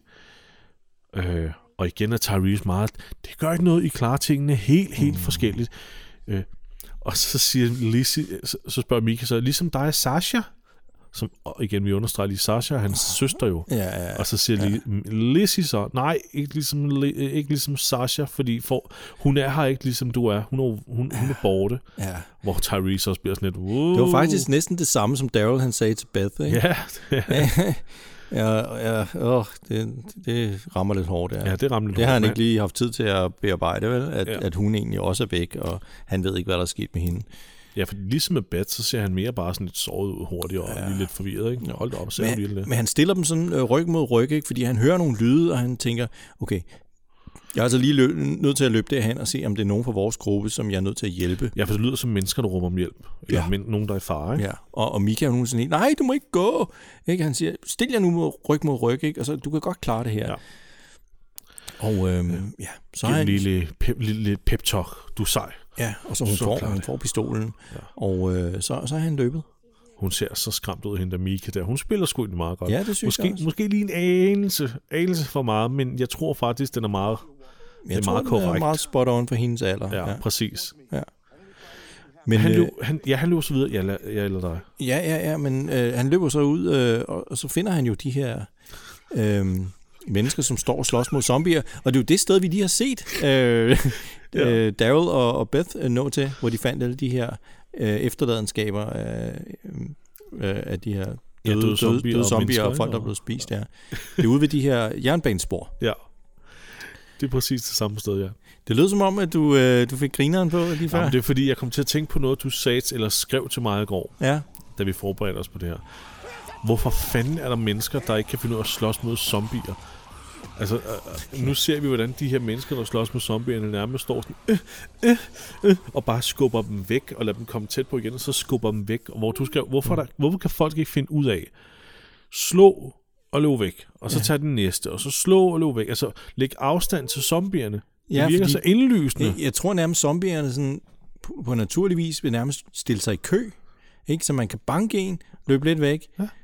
Øh, og igen er Tyrese meget, det gør ikke noget, I klarer tingene helt, helt mm. forskelligt. Øh, og så siger Lizzie, så, så spørger Mika så, ligesom dig, Sasha? Som, og igen, vi understreger lige Sasha, hans søster jo. Ja, ja, ja. Og så siger ja. Lizzie så, nej, ikke ligesom, ikke ligesom Sasha, fordi for, hun er her ikke ligesom du er. Hun er, hun, hun er borte. Ja. Hvor Tyrese også bliver sådan lidt, wow. Det var faktisk næsten det samme, som Daryl han sagde til Beth, ikke? Ja. ja. ja, ja åh, det, det rammer lidt hårdt. Ja, ja det rammer lidt Det har han hårdt, ikke lige haft tid til at bearbejde, vel? At, ja. at hun egentlig også er væk, og han ved ikke, hvad der er sket med hende. Ja, for ligesom med Beth, så ser han mere bare sådan lidt såret ud hurtigt og ja. lige lidt forvirret, ikke? Hold da op, så men, det. Men han stiller dem sådan øh, ryg mod ryg, ikke? Fordi han hører nogle lyde, og han tænker, okay, jeg er altså lige løb, nødt til at løbe derhen og se, om det er nogen fra vores gruppe, som jeg er nødt til at hjælpe. Ja, for det lyder som mennesker, der råber om hjælp. Eller ja. men, nogen, der er i fare, ikke? Ja, og, og Mika er nu sådan, nej, du må ikke gå. Ikke? Han siger, stil jer nu mod, ryg mod ryg, ikke? Og så, du kan godt klare det her. Ja. Og øhm, ja, ja så er han... En lille, pep, lille pep-talk, du er sej. Ja, og så hun, så får, hun får pistolen, ja. og øh, så, så er han løbet. Hun ser så skræmt ud, hende der Mika der. Hun spiller sgu egentlig meget godt. Ja, det synes måske, jeg også. Måske lige en anelse, anelse for meget, men jeg tror faktisk, den er meget, jeg er tror, meget korrekt. Jeg tror, den er meget spot on for hendes alder. Ja, ja. præcis. Ja. Men han, løb, han, ja, han løber så videre. Ja, ja eller dig. Ja, ja, ja, men øh, han løber så ud, øh, og, og så finder han jo de her... Øh, mennesker, som står og slås mod zombier. Og det er jo det sted, vi lige har set øh, ja. øh, Daryl og, og Beth øh, nå til, hvor de fandt alle de her øh, efterladenskaber af, øh, af de her døde, ja, døde zombier, døde, døde og, zombier og folk, der er blevet spist. Ja. Det er ude ved de her jernbanespor. Ja, det er præcis det samme sted, ja. Det lød som om, at du, øh, du fik grineren på lige før. Jamen, det er fordi, jeg kom til at tænke på noget, du sagde eller skrev til mig i går, ja. da vi forberedte os på det her. Hvorfor fanden er der mennesker, der ikke kan finde ud af at slås mod zombier? Altså, øh, nu ser vi, hvordan de her mennesker, der slås med zombierne, nærmest står sådan, øh, øh, øh, og bare skubber dem væk, og lader dem komme tæt på igen, og så skubber dem væk. Og hvor du skrev, hvorfor, der, hvorfor kan folk ikke finde ud af, slå og løb væk, og så ja. tage den næste, og så slå og løb væk. Altså, læg afstand til zombierne. Ja, det virker så indlysende. Jeg, jeg tror nærmest, zombierne sådan, på, på naturlig vis vil nærmest stille sig i kø, ikke? Så man kan banke en, løbe lidt væk, ja.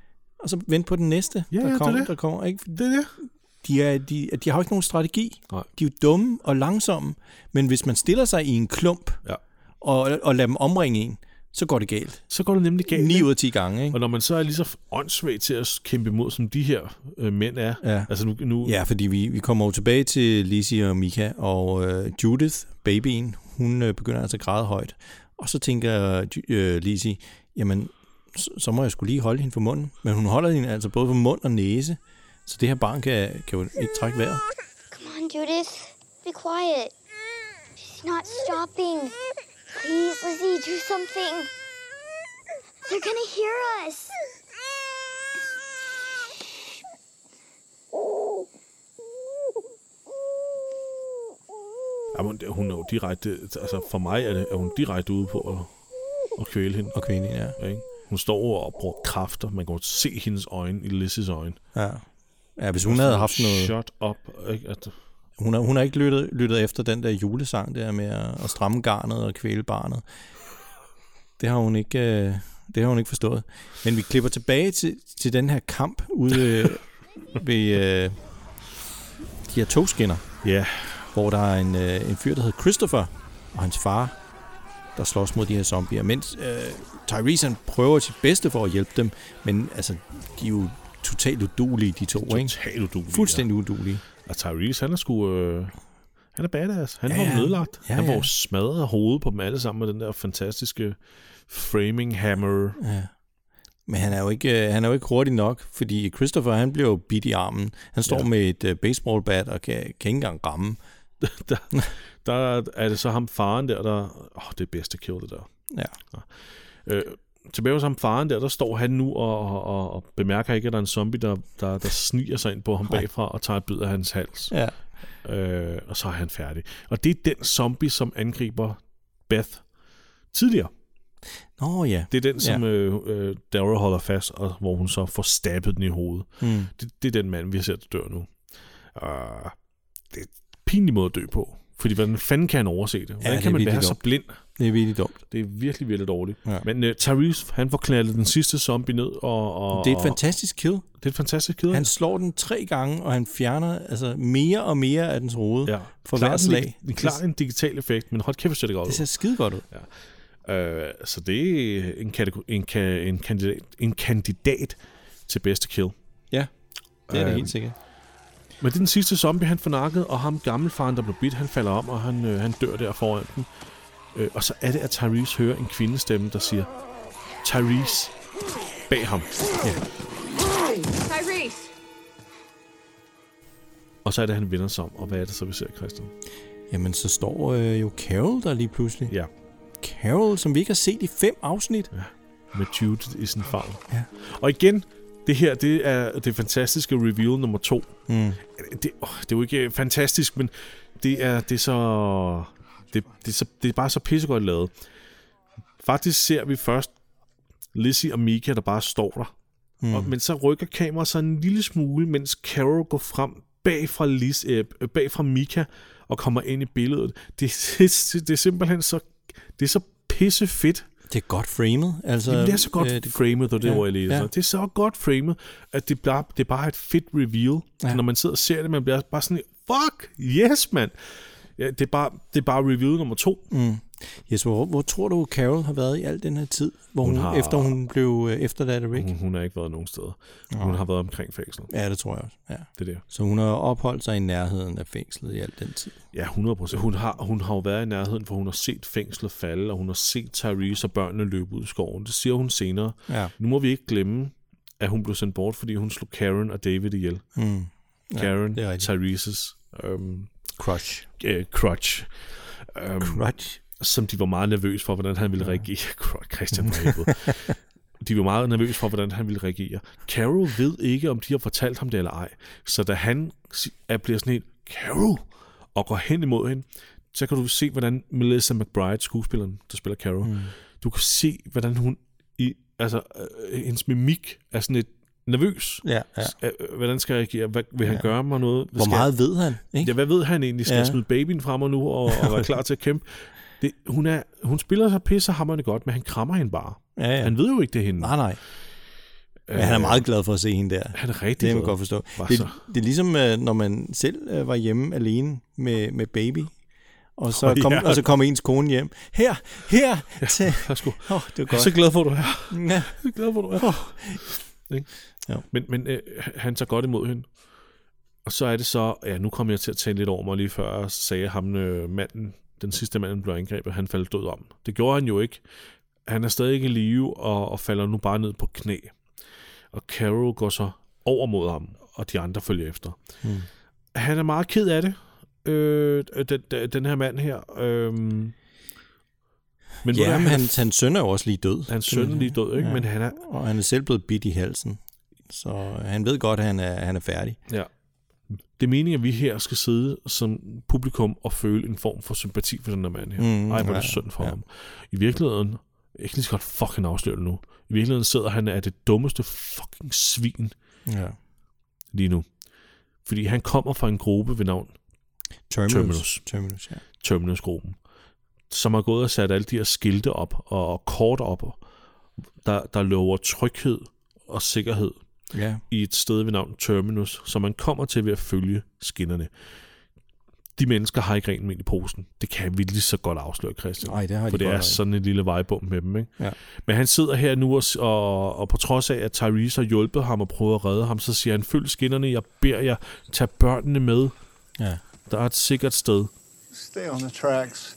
og så vente på den næste, Ja, der, ja, kommer, det er det. der kommer. Ikke? Det er det. De, er, de, de har jo ikke nogen strategi. Nej. De er jo dumme og langsomme, men hvis man stiller sig i en klump Ja. og, og lader dem omringe en, så går det galt. Så går det nemlig galt. ni ikke? ud af ti gange, ikke? Og når man så er lige så åndssvag til at kæmpe imod, som de her øh, mænd er. Ja. Altså nu, nu Ja, fordi vi, vi kommer jo tilbage til Lizzie og Mika, og øh, Judith, babyen, hun øh, begynder altså at græde højt. Og så tænker øh, Lizzie, jamen, så, så må jeg skulle lige holde hende for munden. Men hun holder hende altså både for mund og næse, så det her barn kan, kan jo ikke trække vejret. Come on, Judith. Be quiet. She's not stopping. Please, Lizzie, do something. They're gonna hear us. Jamen, hun er jo direkte, altså for mig er, det, er hun direkte ude på at, at kvæle hende. Og kvinden, ja. Ja, ikke? Hun står over og bruger kræfter. Man kan godt se hendes øjne i Lizzys øjne. Ja. Ja, hvis hun havde haft noget... Shut up. Ikke? At, Hun har, hun har ikke lyttet, lyttet efter den der julesang der med at, at stramme garnet og kvæle barnet. Det har hun ikke, øh, det har hun ikke forstået. Men vi klipper tilbage til, til den her kamp ude øh, ved øh, de her togskinner, ja, hvor der er en, øh, en fyr, der hedder Christopher, og hans far, der slås mod de her zombier. Mens øh, Tyrese han prøver sit bedste for at hjælpe dem, men altså, de er jo totalt udulige, de to, ikke? totalt udulige. Fuldstændig udulige. Og Tyrese, han er sgu... Øh, han er badass. Han Ja, var ja. nedlagt. Ja, han var ja. jo smadret af hovedet på dem alle sammen med den der fantastiske framing hammer. Ja. Men han er jo ikke, øh, han er jo ikke hurtig nok, fordi Christopher, han bliver jo bidt i armen. Han står Ja. med et uh, baseballbat og kan, kan ikke engang ramme. der, der er det så ham faren der, der... Åh, oh, det er bedste kill, det der. Ja. Øh, tilbage hos ham faren der, der står han nu og, og, og bemærker ikke, at der er en zombie, der, der, der sniger sig ind på ham Nej. bagfra og tager et bid af hans hals. Ja. Øh, og så er han færdig. Og det er den zombie, som angriber Beth tidligere. Nå ja. Det er den, som Ja. øh, øh, Daryl holder fast, og hvor hun så får stabbet den i hovedet. Hmm. Det, det er den mand, vi ser, der dør nu. Uh, det er en pinlig måde at dø på. Fordi hvordan fanden kan han overse det? Hvordan det er kan man virkelig være så dumt. blind? Det er virkelig dumt. Det er virkelig, virkelig dårligt. Ja. Men uh, Tyrese, han får knaldet den sidste zombie ned. Og, og, Det er et fantastisk kill. det er et fantastisk kæde. Han slår den tre gange, og han fjerner altså mere og mere af dens hoved ja. for Klart hver en- slag. Det er klart en digital effekt, men hold kæft, hvor ser det godt ud. Det ser skide godt ud. Øh, så det er en, kategori, en, ka, en, kandidat, en kandidat til bedste kill. Ja, det er det Øh, helt sikkert. Men det er den sidste zombie, han får nakket, og ham gammelfaren, der blev bidt, han falder om, og han, øh, han dør der foran den. Øh, og så er det, at Tyrese hører en kvindestemme, der siger, Tyrese, bag ham. Ja. Tyrese! Og så er det, han vender sig om, og hvad er det så, vi ser, Christian? Jamen, så står øh, jo Carol der lige pludselig. Ja, Carol, som vi ikke har set i fem afsnit. med Judith i sin favn. Ja. Og igen, det her, det er det fantastiske reveal nummer to. Mm. Det, oh, det er jo ikke fantastisk, men det er, det er så... Det, det, er så, det er bare så pissegodt lavet. Faktisk ser vi først Lizzie og Mika, der bare står der. Mm. Og, men så rykker kameraet så en lille smule, mens Carol går frem bag fra, Liz, øh, bag fra Mika og kommer ind i billedet. Det, det, det er simpelthen så, det er så pisse fedt. Det er godt framet. Altså, Jamen, det er så godt øh, øh, framet, og det ja, ord, jeg lige ja. Det er så godt framet, at det, bare, det er bare et fedt reveal. Ja. Ja. Når man sidder og ser det, man bliver bare sådan, fuck, yes, mand. Ja, det, er bare, det er bare reveal nummer to. Mm. Yes, hvor, hvor tror du, Carol har været i al den her tid, hvor hun, Hun hun har- efter hun blev øh, efterladt af Rick? Hun, hun har ikke været nogen steder. Hun Nå. har været omkring fængslet. Ja, det tror jeg også. Ja. Det er det. Så hun har opholdt sig i nærheden af fængslet i al den tid. Ja, hundrede procent. Hun har, hun har jo været i nærheden, for hun har set fængslet falde, og hun har set Tyrese og børnene løbe ud i skoven. Det siger hun senere. Ja. Nu må vi ikke glemme, at hun blev sendt bort, fordi hun slog Karen og David ihjel. Mm. Karen, det er rigtigt. Tyreses øhm, Crush. øh, crutch. Øhm, Crush. som de var meget nervøs for, hvordan han ville reagere. Christian for helvede. De var meget nervøs for, hvordan han ville reagere. Carol ved ikke, om de har fortalt ham det eller ej. Så da han er bliver sådan helt, Carol, og går hen imod hende, så kan du se, hvordan Melissa McBride, skuespilleren, der spiller Carol, mm. du kan se, hvordan hun, i, altså, øh, hendes mimik er sådan lidt nervøs. Ja, ja. Øh, Hvordan skal jeg reagere? Hvad, vil han Ja. gøre mig noget? Hvad Hvor skal meget ved han? Ikke? Ja, hvad ved han egentlig? Skal Ja. jeg smide babyen fra mig nu og, og være klar til at kæmpe? Det, hun, er, hun spiller så pissehammerende godt, men han krammer hende bare. Ja, ja. Han ved jo ikke, det er hende. Nej, nej. Men han er meget glad for at se hende der. Han er rigtig Det kan man glad. godt forstå. Var Det, så. det er ligesom, øh, når man selv øh, var hjemme alene med, med baby, og så, Oh, kom, ja. og så kom ens kone hjem. Her, her! Til. Værsgo. Oh, det var Jeg er godt. så glad for, at du er her. Ja. Jeg er glad for, at du er her. Ikke? Ja. Men, men øh, han tager godt imod hende. Og så er det så, ja, nu kommer jeg til at tale lidt over mig lige før, og sagde ham, øh, manden, den sidste mand, blev angrebet, han faldt død om. Det gjorde han jo ikke. Han er stadig ikke i live, og, og falder nu bare ned på knæ. Og Carol går så over mod ham, og de andre følger efter. Hmm. Han er meget ked af det, øh, den, den her mand her. Øh, men Ja, han, men hans, hans søn er jo også lige død. hans søn er lige død, ikke? Ja. Men han er, Og han er selv blevet bidt i halsen. Så han ved godt, at han er, han er færdig. ja. Det er meningen, at vi her skal sidde som publikum og føle en form for sympati for den der mand her. Mm, Ej, hvor er ja, det synd for ja. ham. I virkeligheden, jeg kan lige så godt fucking afsløre det nu. I virkeligheden sidder han af det dummeste fucking svin Ja. lige nu. Fordi han kommer fra en gruppe ved navn Terminus. Terminus. Terminus, ja. Terminus-gruppen, som har gået og sat alle de her skilte op og, og kort op, der, der lover tryghed og sikkerhed Ja. i et sted ved navn Terminus, som man kommer til ved at følge skinnerne. De mennesker har ikke rent mel i posen. Det kan vi lige så godt afsløre, Christian. Nej, det har For de det er godt. sådan en lille vejbom med dem, ikke? Ja. Men han sidder her nu, og, og, og på trods af, at Tyrese har hjulpet ham og prøvet at redde ham, så siger han, følg skinnerne, jeg beder jer, tag børnene med. Ja. Der er et sikkert sted. Stay on the tracks.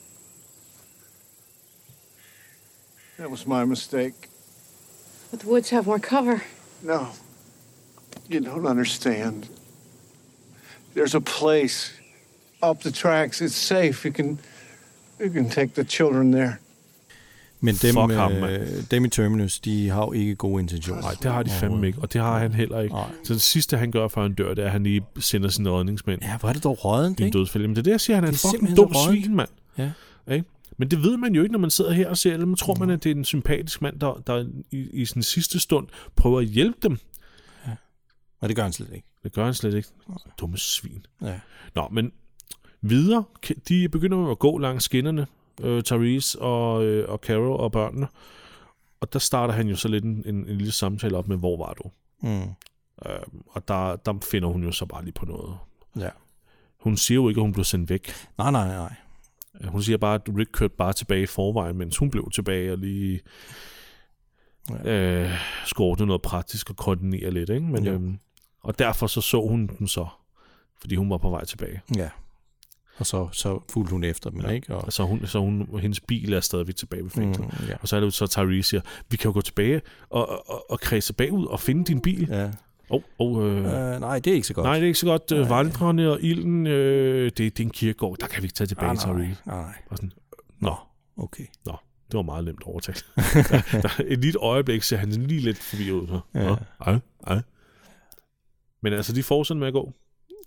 That was my mistake. But the woods have more cover. No, you don't understand. There's a place up the tracks. It's safe. You can, you can take the children there. Men dem, Fuck ham, øh, mand. dem i Terminus, de har jo ikke gode intentioner. Nej, det har de fandme ikke, og det har han heller ikke. Nej. Så det sidste, han gør, før han dør, det er, at han lige sender sine redningsmænd Ja, hvor er det dog rådent, i en ikke? dødsfælde. Men det er det, jeg siger, han er, Det en er fucking simpelthen dum så råddent. svin, mand. Ja. Ikke? Men det ved man jo ikke, når man sidder her og ser det. Man tror, man, at det er en sympatisk mand, der, der i, i sin sidste stund prøver at hjælpe dem. Og det gør han slet ikke. Det gør han slet ikke. Dumme svin. Ja. Nå, men videre. De begynder med at gå langs skinnerne. Øh, Tyrese og, øh, og Carol og børnene. Og der starter han jo så lidt en, en, en lille samtale op med, hvor var du? Mm. Øh, og der, der finder hun jo så bare lige på noget. Ja. Hun siger jo ikke, at hun blev sendt væk. Nej, nej, nej. Hun siger bare, at Rick kørte bare tilbage i forvejen, mens hun blev tilbage og lige Ja. øh, skulle ordne noget praktisk og koordinere lidt. Ikke? Men, Jo. øhm, og derfor så så hun den så, fordi hun var på vej tilbage. Ja. Og så, så fulgte hun efter dem, Ja. ikke? Og, Altså hun, så hun, hendes bil er stadigvæk tilbage ved fængslet. mm, ja. Og så er det jo så, Tyrese siger, vi kan jo gå tilbage og, og, og kredse bagud og finde din bil. Ja. Oh, oh, øh, Øh, nej, det er ikke så godt. nej, det er ikke så godt. Øh, Nej. Vandrene og ilden, øh, det, det er en kirkegård. Der kan vi ikke tage tilbage, Ah, nej, Tyrese. nej, nej. Og sådan, nå, Okay. nå, det var meget nemt overtalt. der, der, et lille øjeblik ser han lige lidt forvirret ud. Så. Ja. Nå, ej, ej. Men altså, de fortsætter med at gå.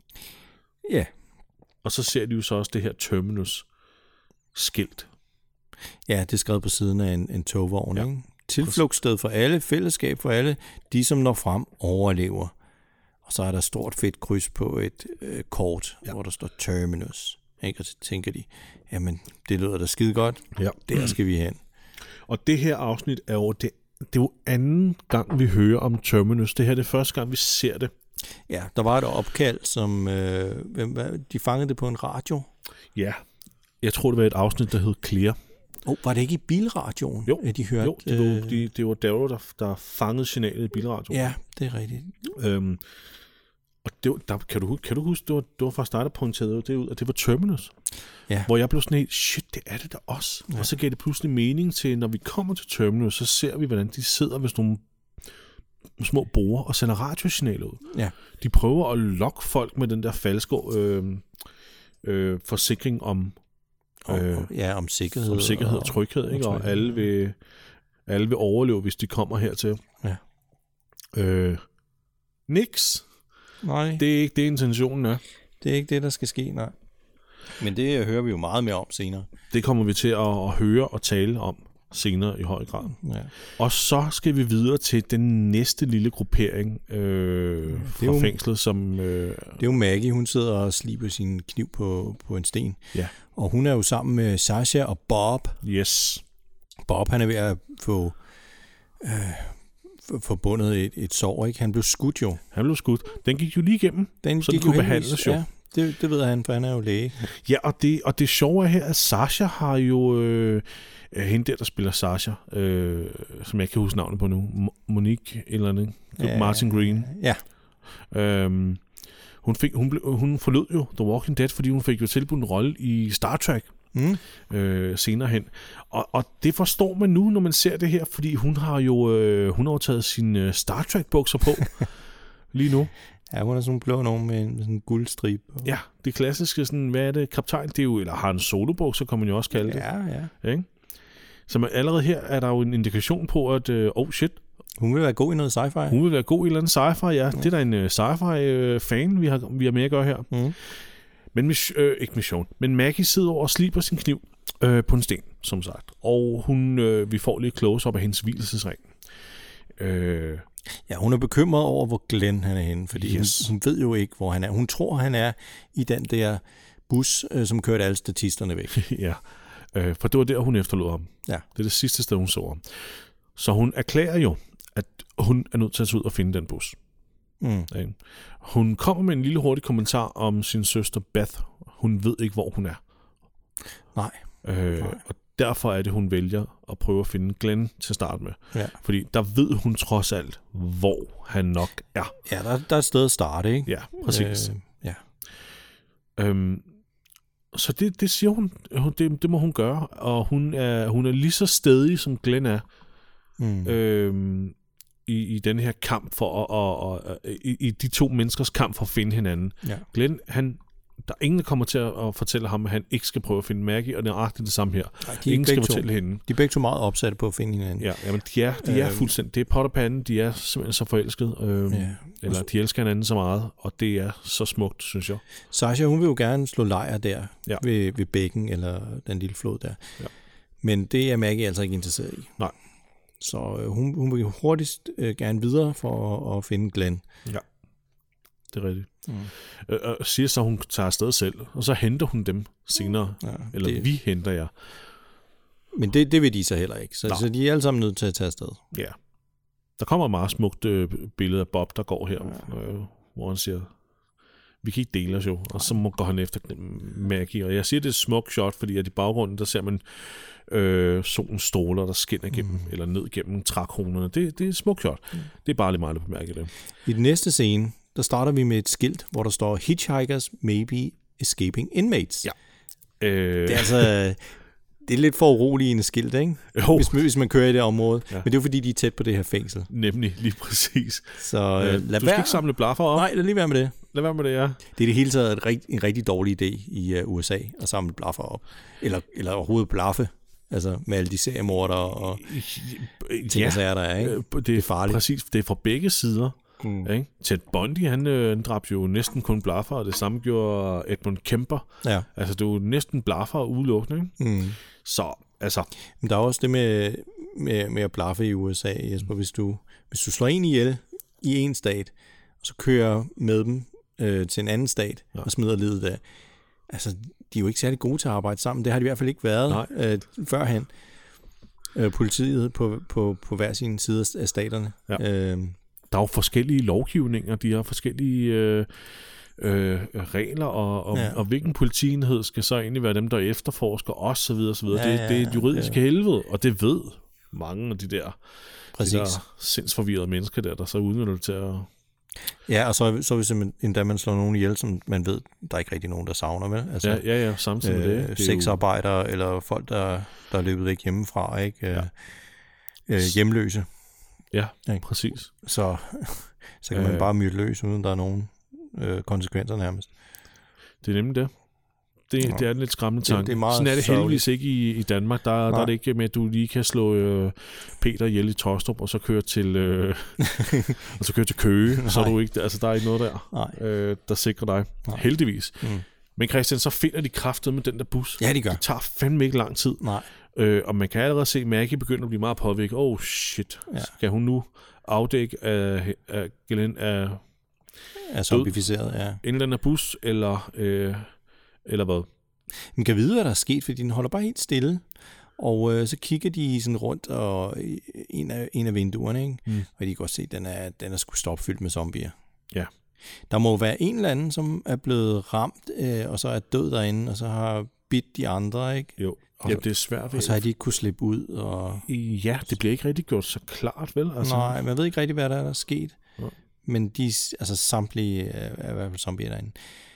Ja. Og så ser de jo så også det her Terminus skilt. Ja, det er skrevet på siden af en, en togvogn, Ja. ikke? Tilflugtssted for alle, fællesskab for alle, de som når frem overlever. Og så er der et stort fedt kryds på et øh, kort, ja. hvor der står Terminus. Ikke? Og så tænker de, jamen, det lyder da skide godt. Ja. Der skal vi hen. Og det her afsnit er jo, det, det er jo anden gang, vi hører om Terminus. Det her er det første gang, vi ser det. Ja, der var et opkald, som øh, hvem, hvad, de fangede det på en radio. Ja. Jeg tror, det var et afsnit, der hed Clear. Oh, var det ikke i bilradioen, Jo, at de hørte? jo det, var, øh, de, det var Darrow, der, der fangede signalet i bilradioen. Ja, det er rigtigt. Øhm, og det var, der, kan, du, kan du huske, det var, det var faktisk dig, der pointerede det ud, at det var Terminus. Ja. Hvor jeg blev sådan helt, shit, det er det da også. Ja. Og så gav det pludselig mening til, når vi kommer til Terminus, så ser vi, hvordan de sidder med sådan nogle små borer og sender radiosignaler ud. Ja. De prøver at lokke folk med den der falske øh, øh, forsikring om, Og, øh, ja, om sikkerhed. om sikkerhed og tryghed, ikke? Og tryghed. alle vil, alle vil overleve, hvis de kommer hertil. Ja. Øh, niks. Nej, det, Det er ikke det, intentionen er. det er ikke det, der skal ske, nej. Men det hører vi jo meget mere om senere. Det kommer vi til at, at høre og tale om senere i høj grad. Ja. Og så skal vi videre til den næste lille gruppering øh, fra jo- fængslet, som... Øh, Det er jo Maggie, hun sidder og sliber sin kniv på, på en sten. Ja. Og hun er jo sammen med Sasha og Bob. yes. Bob, han er ved at få, øh, forbundet et, et sår, ikke? Han blev skudt jo. Han blev skudt. Den gik jo lige igennem, den så den kunne behandles jo. Ja, det, det ved han, for han er jo læge. Ja, og det, og det sjove er her, at Sasha har jo... Øh, hende der, der spiller Sasha, øh, som jeg ikke kan huske navnet på nu. Monique eller andet. Ja, Martin Green. Ja. Øhm, hun, fik, hun, ble, hun forlod jo The Walking Dead, fordi hun fik jo tilbudt en rolle i Star Trek mm. øh, senere hen. Og, og det forstår man nu, når man ser det her, fordi hun har jo øh, hun har taget sine Star Trek-bukser på lige nu. Ja, hun er sådan en blå nogen med, med sådan en guldstrib. Ja, det klassiske, sådan, hvad er det, kaptajn, det er jo, eller har en solobukser, kan man jo også kalde det. Ja, ja. Ikke? Så man, allerede her er der jo en indikation på, at, øh, oh shit. Hun vil være god i noget sci-fi. Hun vil være god i et eller andet sci-fi, ja. ja. Det er da en uh, sci-fi-fan, vi har, vi har med at gøre her. Mm. Men, øh, ikke mission, men Maggie sidder over og sliber sin kniv øh, på en sten, som sagt. Og hun, øh, vi får lidt close-up af hendes hvilesesring. Øh, Ja, hun er bekymret over, hvor Glenn han er henne, fordi yes. hun, hun ved jo ikke, hvor han er. Hun tror, han er i den der bus, øh, som kørte alle statisterne væk. Ja, øh, for det var der, hun efterlod ham. Ja. Det er det sidste sted, hun så ham. Så hun erklærer jo, at hun er nødt til at tage ud og finde den bus. Mm. Ja. Hun kommer med en lille hurtig kommentar om sin søster Beth. Hun ved ikke, hvor hun er. Nej. Øh, Nej. Og derfor er det, hun vælger at prøve at finde Glenn til at starte med. Ja. Fordi der ved hun trods alt, hvor han nok er. Ja, der, der er et sted at starte, ikke? Ja, præcis. Øh, ja. Øhm, så det, det siger hun, det, det må hun gøre. Og hun er, hun er lige så stædig, som Glenn er. Mm. Øhm, i, i den her kamp for at, og, og, i, i de to menneskers kamp for at finde hinanden. Ja. Glenn, han der er ingen, der kommer til at fortælle ham, at han ikke skal prøve at finde Maggie, og det er nøjagtigt det samme her. Nej, de ingen skal to. fortælle hende. De er begge to meget opsatte på at finde hinanden. Ja, jamen, de er, de er øh, fuldstændig. Det er pot og pande, de er simpelthen så forelskede. Øh, ja. Eller de elsker hinanden så meget, og det er så smukt, synes jeg. Sasha, hun vil jo gerne slå lejr der, ja. ved, ved bækken, eller den lille flod der. Ja. Men det er Maggie altså ikke interesseret i. Nej. Så øh, hun, hun vil hurtigst øh, gerne videre for at, at finde Glenn. Ja. Det er rigtigt. Mm. Øh, og siger så, at hun tager afsted selv, og så henter hun dem senere. Ja, eller det... vi henter jer. Men det, det vil de så heller ikke. Så, så de er alle sammen nødt til at tage afsted. Ja. Der kommer et meget smukt øh, billede af Bob, der går her, ja. øh, hvor han siger, vi kan ikke dele os jo. Og så må, går han efter Maggie. Og jeg siger, det er et smukt shot, fordi at i baggrunden, der ser man øh, solens stråler, der skinner igennem, mm. eller ned gennem trækronerne. Det, det er et smukt shot. Mm. Det er bare lidt meget at bemærke det. I den næste scene, der starter vi med et skilt, hvor der står Hitchhikers may be escaping inmates. Ja. Øh... Det er altså... Det er lidt for uroligende skilt, ikke? Jo. Hvis, hvis man kører i det område. Ja. Men det er jo fordi, de er tæt på det her fængsel. Nemlig, lige præcis. Så øh, lad du være. skal ikke samle blaffer op. Nej, lad lige være med det. Lad være med det, ja. Det er det hele taget et rigt, en rigtig dårlig idé i uh, U S A at samle blaffer op. Eller, eller overhovedet blaffe. Altså med alle de seriemordere og ting, ja. Så er der, ikke? Det er, det er farligt. Præcis, det er fra begge sider. Mm. Ikke? Ted Bundy, han, øh, han dræbte jo næsten kun blaffer, og det samme gjorde Edmund Kemper. Ja. Altså, det er jo næsten blaffer udelukkende. Mm. Så, altså... Men der er også det med, med, med at blaffe i U S A, Jesper. Hvis du, hvis du slår en ihjel i en stat, og så kører med dem øh, til en anden stat, ja. Og smider livet der. Altså, de er jo ikke særlig gode til at arbejde sammen. Det har de i hvert fald ikke været øh, førhen. Øh, politiet på, på, på hver sin side af staterne. Ja. Øh, Der er jo forskellige lovgivninger, de har forskellige øh, øh, regler, og, og, ja. Og hvilken politienhed skal så egentlig være dem, der efterforsker os, så videre, så videre. Ja, det, det er et juridisk ja. helvede, og det ved mange af de der, de der sindsforvirrede mennesker der, der så udnytter det til at... Ja, og så, så hvis endda man slår nogen ihjel, som man ved, der er ikke rigtig nogen, der savner med. Altså, ja, ja, ja, samtidig med det. Øh, det sexarbejdere, jo... eller folk, der, der er løbet væk hjemmefra, ikke? Ja. Øh, hjemløse. Ja, ja, præcis. Så, så kan man øh, bare myrde løs, uden der er nogen øh, konsekvenser nærmest. Det er nemlig det. Det, ja. det er en lidt skræmmende tanke. Det, det er Sådan er det heldigvis ikke i, i Danmark. Der, der er det ikke med, at du lige kan slå øh, Peter ihjel i Tostrup, og så køre til, øh, og så køre til Køge. Så er du ikke, altså, der er ikke noget der, øh, der sikrer dig. Nej. Heldigvis. Mm. Men Christian, så finder de kraftet med den der bus. Ja, de gør. Det tager fandme ikke lang tid. Nej. Øh, og man kan allerede se, at Maggie begynder at blive meget påvirket. Oh shit, ja. Skal hun nu afdække, at, at Glenn er, er zombificeret, ja. Inden den er bus, eller, øh, eller hvad? Man kan vide, hvad der er sket, fordi den holder bare helt stille. Og øh, så kigger de sådan rundt og en af, en af vinduerne, ikke? Mm. Og de kan godt se, at den er, den er sgu stopfyldt med zombier. Ja. Der må være en eller anden, som er blevet ramt, øh, og så er død derinde, og så har bidt de andre, ikke? Jo. Og, ja, det er svært. Og så har de ikke kunne slippe ud. Og... Ja, det bliver ikke rigtig gjort så klart, vel? Altså... Nej, man ved ikke rigtig, hvad der er, der er sket. Ja. Men de, altså samtlige er i hvert fald zombier derinde.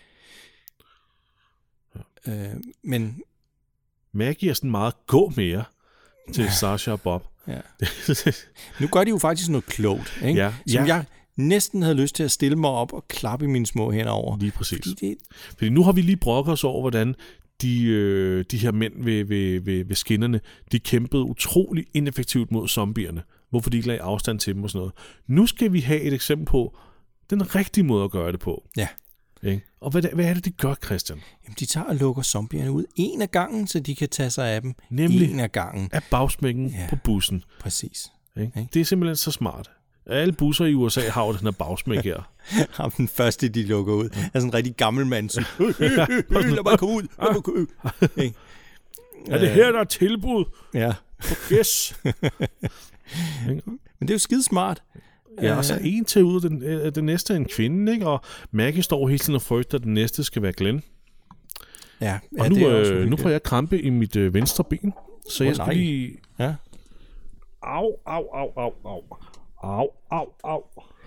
Ja. Øh, men... Maggie er sådan meget gå mere til ja. Sasha og Bob. Ja. Nu gør de jo faktisk noget klogt, ikke? Ja. Som ja. jeg næsten havde lyst til at stille mig op og klappe i mine små hænder over. Lige præcis. Fordi, det... Fordi nu har vi lige brokket os over, hvordan de, øh, de her mænd ved, ved, ved, ved skinnerne, de kæmpede utrolig ineffektivt mod zombierne. Hvorfor de ikke lagde afstand til dem og sådan noget. Nu skal vi have et eksempel på den rigtige måde at gøre det på. Ja. Ikke? Og hvad, hvad er det, de gør, Christian? Jamen, de tager og lukker zombierne ud en af gangen, så de kan tage sig af dem. Nemlig en af gangen. Af bagsmækken ja. På bussen. Præcis. Ikke? Ikke? Det er simpelthen så smart. Alle busser i U S A har jo den her bagsmæk her. Ham den første, de lukker ud, er sådan en rigtig gammel mand. Så, lad mig komme ud. Lad mig komme ud. Er det her, der er tilbud? Ja. Yes. Men det er jo skide smart. Ja, og så en til ud, den, den næste er en kvinde, ikke? Og Maggie står hele tiden og frygter, at den næste skal være Glenn. Ja, og ja, nu, det er øh, nu får jeg krampe i mit øh, venstre ben, så oh, jeg skal nej. lige... Ja. Au, au, au, au, au. Au, au, au.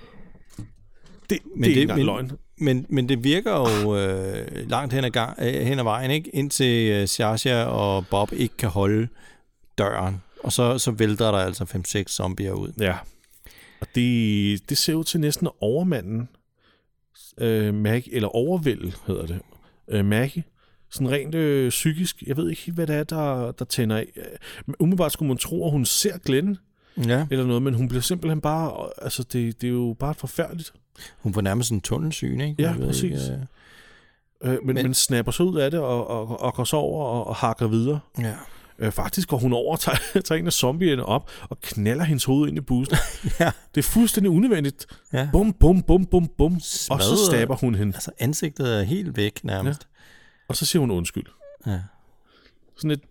Det, men det er det, ikke men, løgn. Men, men det virker jo øh, langt hen ad, gang, øh, hen ad vejen, ikke? Indtil øh, Sasha og Bob ikke kan holde døren. Og så, så vælter der altså fem seks zombier ud. Ja. Og det, det ser ud til næsten overmanden øh, Maggie, eller overvælde hedder det, øh, Maggie. Sådan rent øh, psykisk. Jeg ved ikke, hvad det er, der, der tænder af. Men umiddelbart skulle man tro, at hun ser Glenn. Ja. Eller noget, men hun bliver simpelthen bare... Altså, det, det er jo bare forfærdeligt. Hun får nærmest en tunnelsyn, ikke? Ja, præcis. Ikke, øh... Øh, men, men, men snapper sig ud af det, og, og, og går så over og, og hakker videre. Ja. Øh, faktisk går hun over og tager, tager en af zombierne op, og knaller hendes hoved ind i bussen. Ja. Det er fuldstændig unødvendigt. Ja. Bum, bum, bum, bum, bum. Smadret. Og så stabber hun hende. Altså, ansigtet er helt væk, nærmest. Ja. Og så siger hun undskyld. Ja. Sådan et...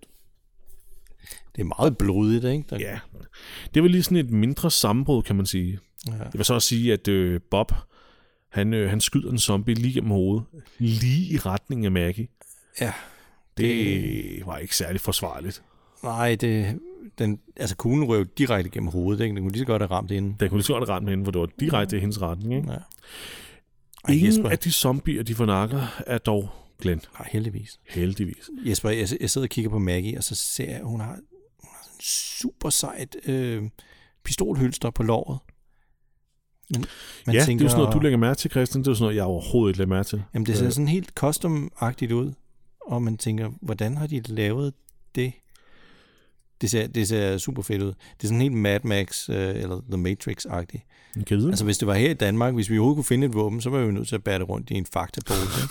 Det er meget blodigt, ikke? Der... Ja. Det var lige sådan et mindre sammenbrud, kan man sige. Ja. Det vil så også sige, at øh, Bob, han, øh, han skyder en zombie lige gennem hovedet. Lige i retning af Maggie. Ja. Det, det var ikke særlig forsvarligt. Nej, det... Den, altså kuglen røv direkte gennem hovedet, ikke? Den kunne lige så godt have ramt inden. Den kunne lige så godt have ramt inden, for det var direkte i hendes retning, ikke? Ja. Ej, ingen Jesper. Af de zombier, de fornakker, er dog Glenn. Nej, heldigvis. Heldigvis. Jesper, jeg, jeg sidder og kigger på Maggie, og så ser jeg, at hun har, hun har en super sejt øh, pistolhylster på låret. Men, man ja, tænker, det er sådan noget, du lægger mærke til, Christian. Det er sådan noget, jeg overhovedet ikke lægger mærke til. Jamen, det ser sådan helt custom-agtigt ud, og man tænker, hvordan har de lavet det? Det ser, det ser super fedt ud. Det er sådan helt Mad Max øh, eller The Matrix-agtigt. Altså, hvis det var her i Danmark, hvis vi overhovedet kunne finde et våben, så var vi jo nødt til at bære det rundt i en Fakta-pose.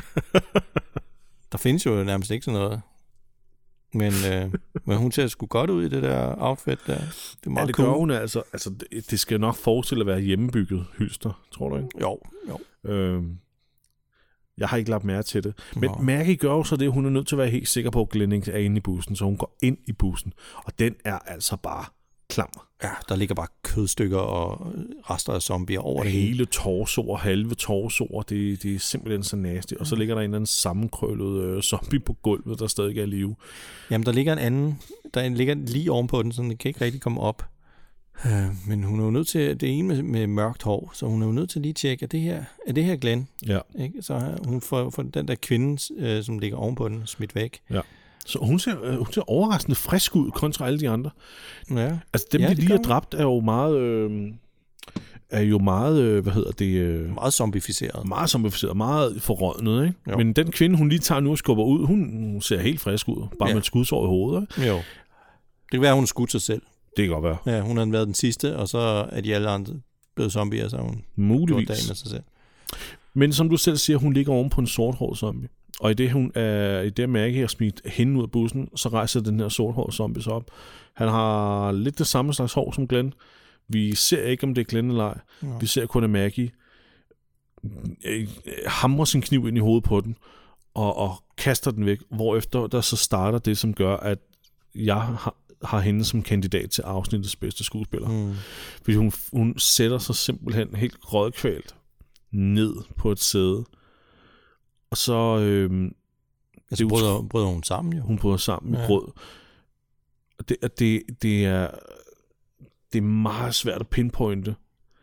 Der findes jo nærmest ikke sådan noget. Men, øh, men hun ser sgu godt ud i det der outfit der. Det er meget ja, det cool. gør hun altså. altså det, det skal nok forestille at være hjemmebygget hylster, tror du ikke? Jo, jo. Øhm, jeg har ikke lagt mærke til det. Men Nå. Maggie gør jo så det, hun er nødt til at være helt sikker på, at Glenn er inde i bussen, så hun går ind i bussen. Og den er altså bare klam. Ja, der ligger bare kødstykker og rester af zombier over det hele. Hele torsoer, halve torsoer, det, det er simpelthen så nasty. Og så ligger der en eller anden sammenkrøllet øh, zombie på gulvet, der stadig er i live. Jamen, der ligger en anden, der ligger lige ovenpå den, så den kan ikke rigtig komme op. Øh, men hun er jo nødt til, det er en med, med mørkt hår, så hun er jo nødt til lige at tjekke, er det her, er det her Glenn? Ja. Ikke? Så hun får, får den der kvinde, øh, som ligger ovenpå den, smidt væk. Ja. Så hun ser, øh, hun ser overraskende frisk ud kontra alle de andre. Ja. Altså dem, ja, de lige har dræbt, er jo meget... Øh, er jo meget, øh, hvad hedder det... Øh, meget zombificeret. Meget zombificeret, meget forrådnet, ikke? Jo. Men den kvinde, hun lige tager nu og skubber ud, hun ser helt frisk ud. Bare ja. med et skudsår i hovedet, ikke? Jo. Det kan være, at hun har skudt sig selv. Det kan godt være. Ja, hun har været den sidste, og så er de alle andre blevet zombier, så hun muligvis gjort dagen med sig selv. Men som du selv siger, hun ligger oven på en sorthåret zombie. Og i det, hun er, i det Maggie har smidt hende ud af bussen, så rejser den her sorthåret zombie sig op. Han har lidt det samme slags hår som Glenn. Vi ser ikke, om det er Glenn eller ej. Ja. Vi ser kun, at Maggie hamrer sin kniv ind i hovedet på den, og, og kaster den væk, hvorefter der så starter det, som gør, at jeg har, har hende som kandidat til afsnittets bedste skuespiller. Mm. Fordi hun, hun sætter sig simpelthen helt rådkvalt ned på et sæde. Og så... Øh, altså, bryder, bryder hun sammen, jo? Hun bryder sammen ja. i gråd. Og det, det, det, er, det er meget svært at pinpointe.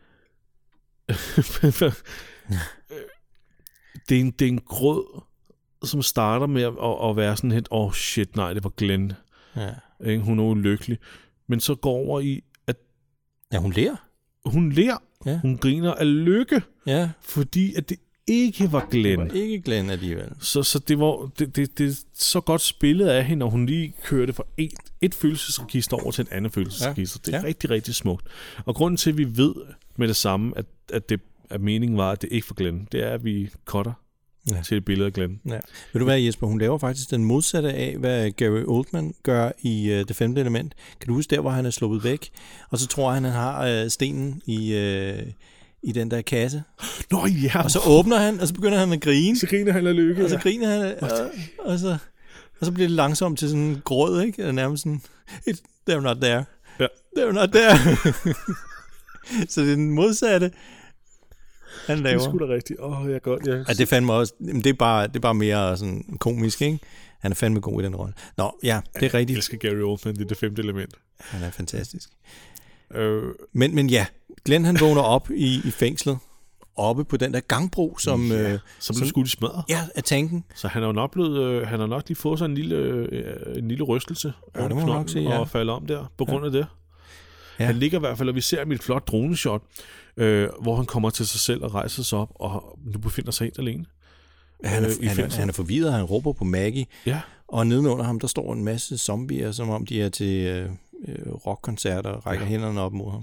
det, er en, det er en gråd, som starter med at, at være sådan helt, åh oh shit, nej, det var Glenn. Ja. Hun er ulykkelig. Men så går over i, at... Ja, hun ler. Hun ler. Ja. Hun griner af lykke. Ja. Fordi at det ikke var Glenn. Det var ikke Glenn alligevel. Så, så det var det, det, det så godt spillet af hende, når hun lige kørte fra et, et følelsesregister over til et andet følelsesregister. Ja. Det er ja. rigtig, rigtig smukt. Og grunden til, at vi ved med det samme, at, at, det, at meningen var, at det ikke var Glenn, det er, at vi cutter ja. til et billede af Glenn. Ja. Ved du hvad, Jesper? Hun laver faktisk den modsatte af, hvad Gary Oldman gør i uh, Det femte element. Kan du huske der, hvor han er sluppet væk? Og så tror han, han har uh, stenen i... Uh, i den der kasse. Nå ja. Og så åbner han, og så begynder han at grine. Så griner han af lykke. Og så griner han, og, og, så, og så bliver det langsomt til sådan en gråd, ikke? Og nærmest sådan, they're not there. Ja. They're not there. Så det er den modsatte, han laver. Det er sgu da rigtigt. Åh, oh, jeg godt, ja. Og det fandme også, det er bare, det er bare mere sådan komisk, ikke? Han er fandme god i den rolle. Nå, ja, det er rigtigt. Jeg elsker Gary Oldman, det er Det femte element. Han er fantastisk. Øh. Men, men ja, Glenn han vågner op i, i fængslet, oppe på den der gangbro, som... Ja, øh, som blev skudt i smadret. Ja, af tanken. Så han har jo nok, blevet, øh, han har nok lige fået sig en lille, øh, en lille rystelse. Ja, det må nok se, ja. Og falde om der, på grund ja. af det. Ja. Han ligger i hvert fald, og vi ser ham i et flot droneshot, øh, hvor han kommer til sig selv og rejser sig op, og nu befinder sig helt alene. Ja, han, er, øh, han, er, han er forvirret, han råber på Maggie, ja. og nedenunder ham, der står en masse zombier, som om de er til øh, rockkoncerter og rækker ja. hænderne op mod ham.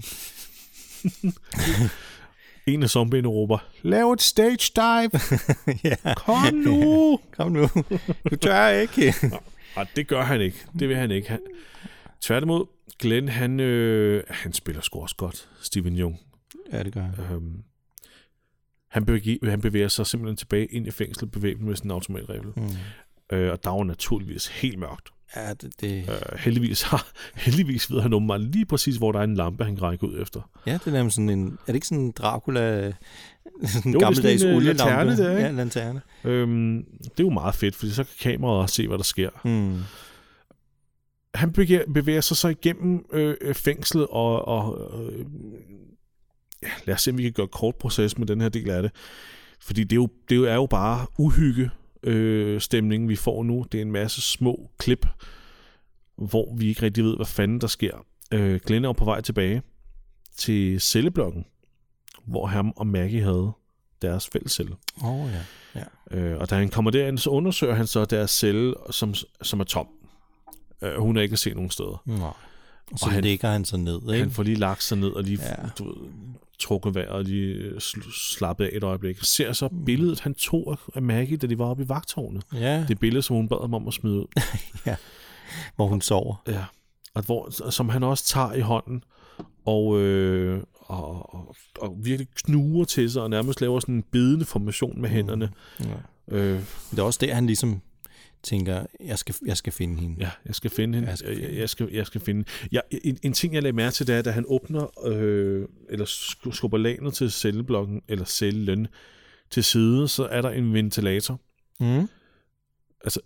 En af zombierne råber, lav et stage dive. ja. Kom nu. Kom nu. Du tør ikke. Nej, det gør han ikke. Det vil han ikke. Han... Tværtimod, Glenn, han, øh, han spiller sgu også godt, Steven Yeun. Ja, det gør han. Øhm, han, bevæger, han bevæger sig simpelthen tilbage ind i fængslet, bevæbnet med sådan en automatrifle. Mm. Øh, og der var naturligvis helt mørkt. Ja, det... det... Øh, heldigvis, har, heldigvis ved han åbenbart lige præcis, hvor der er en lampe, han kan række ud efter. Ja, det er nemlig sådan en... Er det ikke sådan en Dracula... Sådan en gammeldags olielampe? Der, ikke? Ja, lanterne. Øhm, det er jo meget fedt, fordi så kan kameraet se, hvad der sker. Mm. Han bevæger, bevæger sig så igennem øh, fængslet, og, og øh, ja, lad os se, om vi kan gøre kort proces med den her del af det. Fordi det er jo, det er jo bare uhygge, Øh, stemningen, vi får nu. Det er en masse små klip, hvor vi ikke rigtig ved, hvad fanden der sker. Øh, Glenn er på vej tilbage til celleblokken, hvor ham og Maggie havde deres fællescelle. Åh oh, ja. ja. Øh, og da han kommer derind, så undersøger han så deres celle, som, som er tom. Øh, hun er ikke at se nogen steder. Nå. Og så og han, ligger han så ned, ikke? Han får lige lagt sig ned og lige ja. du ved, trukket vejret og lige slappet af et øjeblik. Ser så billedet, han tog af Maggie, da de var oppe i vagtårnet. Ja. Det billede, som hun bad ham om at smide ud. ja. Hvor hun sover. Ja. Og hvor, som han også tager i hånden og, øh, og, og, og virkelig knuger til sig og nærmest laver sådan en bidende formation med hænderne. Mm. Ja. Øh. Det er også der, han ligesom tænker, jeg skal, jeg skal finde hende. Ja, jeg skal finde hende. Jeg skal, jeg, jeg skal, jeg skal finde ja, en, en ting, jeg lagde mærke til, det er, da han åbner, øh, eller skubber lanet til celleblokken, eller cellen til side, så er der en ventilator. Mm. Altså,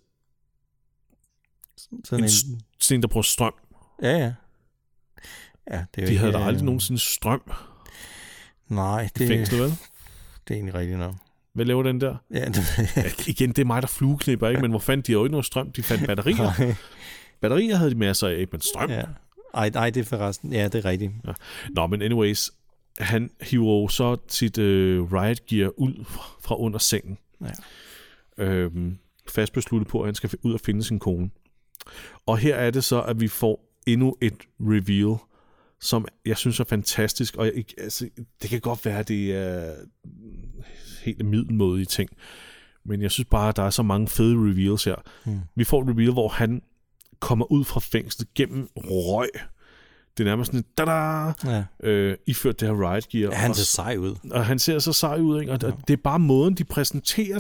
sådan en, en sten, der bruger strøm. Ja, ja. ja det er De ikke, havde da øh... aldrig nogensinde strøm. Nej, det, fængslet, vel? det er egentlig rigtigt nok. Hvad laver den der? Ja, det ja, igen, det er mig, der flueknipper, ikke? Men hvor fanden, de har jo ikke noget strøm. De fandt batterier. Batterier havde de masser af, men strøm. Ja. Ej, ej, det er forresten. Ja, det er rigtigt. Ja. Nå, men anyways, han hiver så sit øh, riot gear ud fra under sengen. Ja. Øhm, fast besluttet på, at han skal ud og finde sin kone. Og her er det så, at vi får endnu et reveal, som jeg synes er fantastisk, og jeg, altså, det kan godt være, at det er helt middelmådige ting, men jeg synes bare, at der er så mange fede reveals her. Hmm. Vi får et reveal, hvor han kommer ud fra fængslet gennem røg. Det er nærmest sådan, da-da, ja. øh, iført det her riot gear. Ja, han ser sej ud. Og han ser så sej ud, ikke? Og ja. Det er bare måden, de præsenterer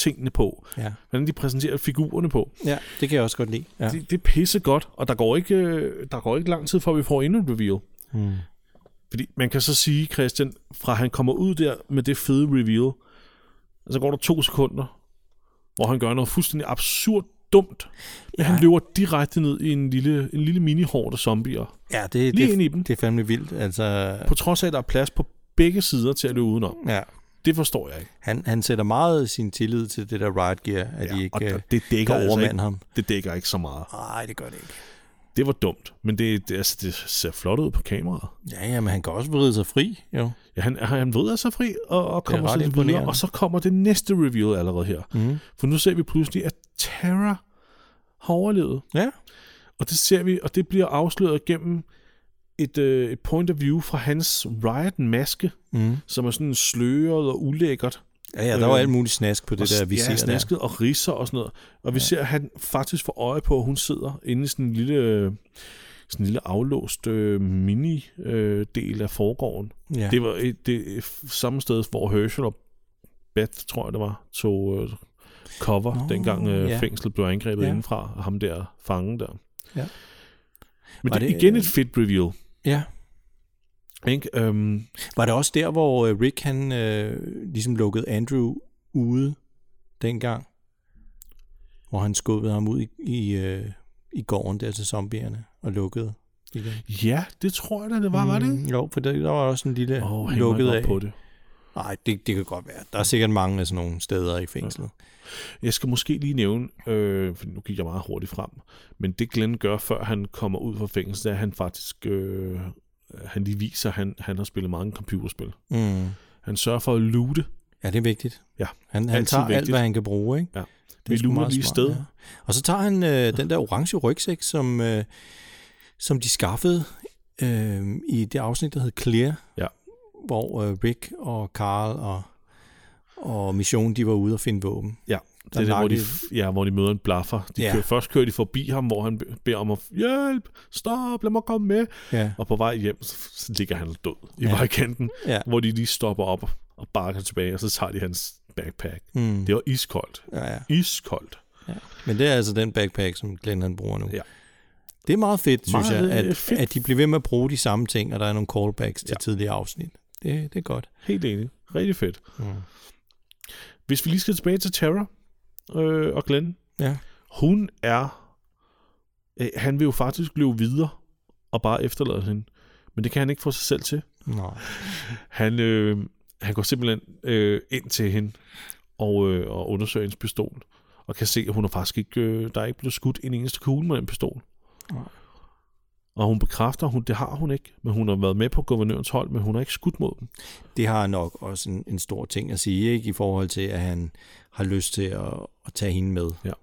tingene på. Ja. Hvordan de præsenterer figurerne på. Ja, det kan jeg også godt lide. Ja. Det, det er pisse godt, og der går ikke, der går ikke lang tid, før vi får endnu en reveal. Hmm. Fordi man kan så sige, Christian, fra han kommer ud der med det fede reveal, så går der to sekunder, hvor han gør noget fuldstændig absurd dumt, men ja. han løber direkte ned i en lille, en lille mini-horde af zombier. Ja, det, Lige det, ind i dem. det er fandme vildt. Altså... På trods af, at der er plads på begge sider til at løbe udenom. Ja. Det forstår jeg ikke. Han, han sætter meget sin tillid til det der Riot Gear, at ja, de ikke det dækker kan overmande altså ikke, ham. Det dækker ikke så meget. Nej, det gør det ikke. Det var dumt, men det, det, altså, det ser flot ud på kameraet. Ja, ja, men han kan også vride sig fri, jo. Ja, han, han vrider sig fri og, og kommer så lidt videre, og så kommer det næste reveal allerede her. Mm. For nu ser vi pludselig, at Tara har overlevet. Ja. Og det ser vi, og det bliver afsløret gennem et, øh, et point of view fra hans Riot-maske, mm. som er sådan sløret og ulækkert. Ja, ja, der var alt muligt snask på det der, vi ja, ser snasket og ridser og sådan noget. Og vi ja. ser, at han faktisk får øje på, at hun sidder inde i sådan en lille, sådan en lille aflåst øh, mini-del øh, af forgården. Ja. Det var et, det samme sted, hvor Herschel og Beth, tror jeg det var, tog øh, cover, Nå, dengang øh, ja. fængslet blev angrebet ja. indenfra, og ham der, fangen der. Ja. Men det er igen et fedt reveal. Ja. Ikke? Um, var det også der, hvor Rick han øh, ligesom lukkede Andrew ude dengang? Hvor han skubbede ham ud i, i, øh, i gården der til zombierne og lukkede igen? Ja, det tror jeg da, det var, mm, var det? Jo, for der, der var også en lille oh, lukket af. på det. Nej, det, det kan godt være. Der er sikkert mange af sådan nogle steder i fængslet. Ja. Jeg skal måske lige nævne, øh, for nu gik jeg meget hurtigt frem, men det Glenn gør, før han kommer ud fra fængslet, det er, at han faktisk... Øh, han lige viser, at han, han har spillet mange computerspil. Mm. Han sørger for at loote. Ja, det er vigtigt. Ja, han han tager vigtigt. alt, hvad han kan bruge, ikke? Ja. Vi looter lige sted. Ja. Og så tager han øh, den der orange rygsæk, som, øh, som de skaffede øh, i det afsnit, der hed Clear. Ja. Hvor øh, Rick og Carl og, og Mission, de var ude og finde våben. Ja. Det er det, hvor de, ja, hvor de møder en blaffer. De ja. kører, først kører de forbi ham, hvor han beder om at hjælp, stop, lad mig komme med. Ja. Og på vej hjem, så, så ligger han død i ja. vejkanten, ja. hvor de lige stopper op og bakker tilbage, og så tager de hans backpack. Mm. Det var iskoldt. Ja, ja. Iskoldt. Ja. Men det er altså den backpack, som Glenn han bruger nu. Ja. Det er meget fedt, meget synes jeg, at, fedt. at de bliver ved med at bruge de samme ting, og der er nogle callbacks til ja. tidligere afsnit. Det, det er godt. Helt enig. Rigtig fedt. Mm. Hvis vi lige skal tilbage til Tara øh, og Glenn. Ja. Hun er... Øh, han vil jo faktisk løbe videre og bare efterlade hende. Men det kan han ikke få sig selv til. Nej. Han, øh, han går simpelthen øh, ind til hende og, øh, og undersøger hendes pistol. Og kan se, at hun er faktisk ikke... Øh, der er ikke blevet skudt en eneste kugle med en pistol. Nej. Og hun bekræfter, at hun, det har hun ikke. Men hun har været med på guvernørens hold, men hun har ikke skudt mod dem. Det har nok også en, en stor ting at sige, ikke? I forhold til, at han har lyst til at, at tage hende med. Ja,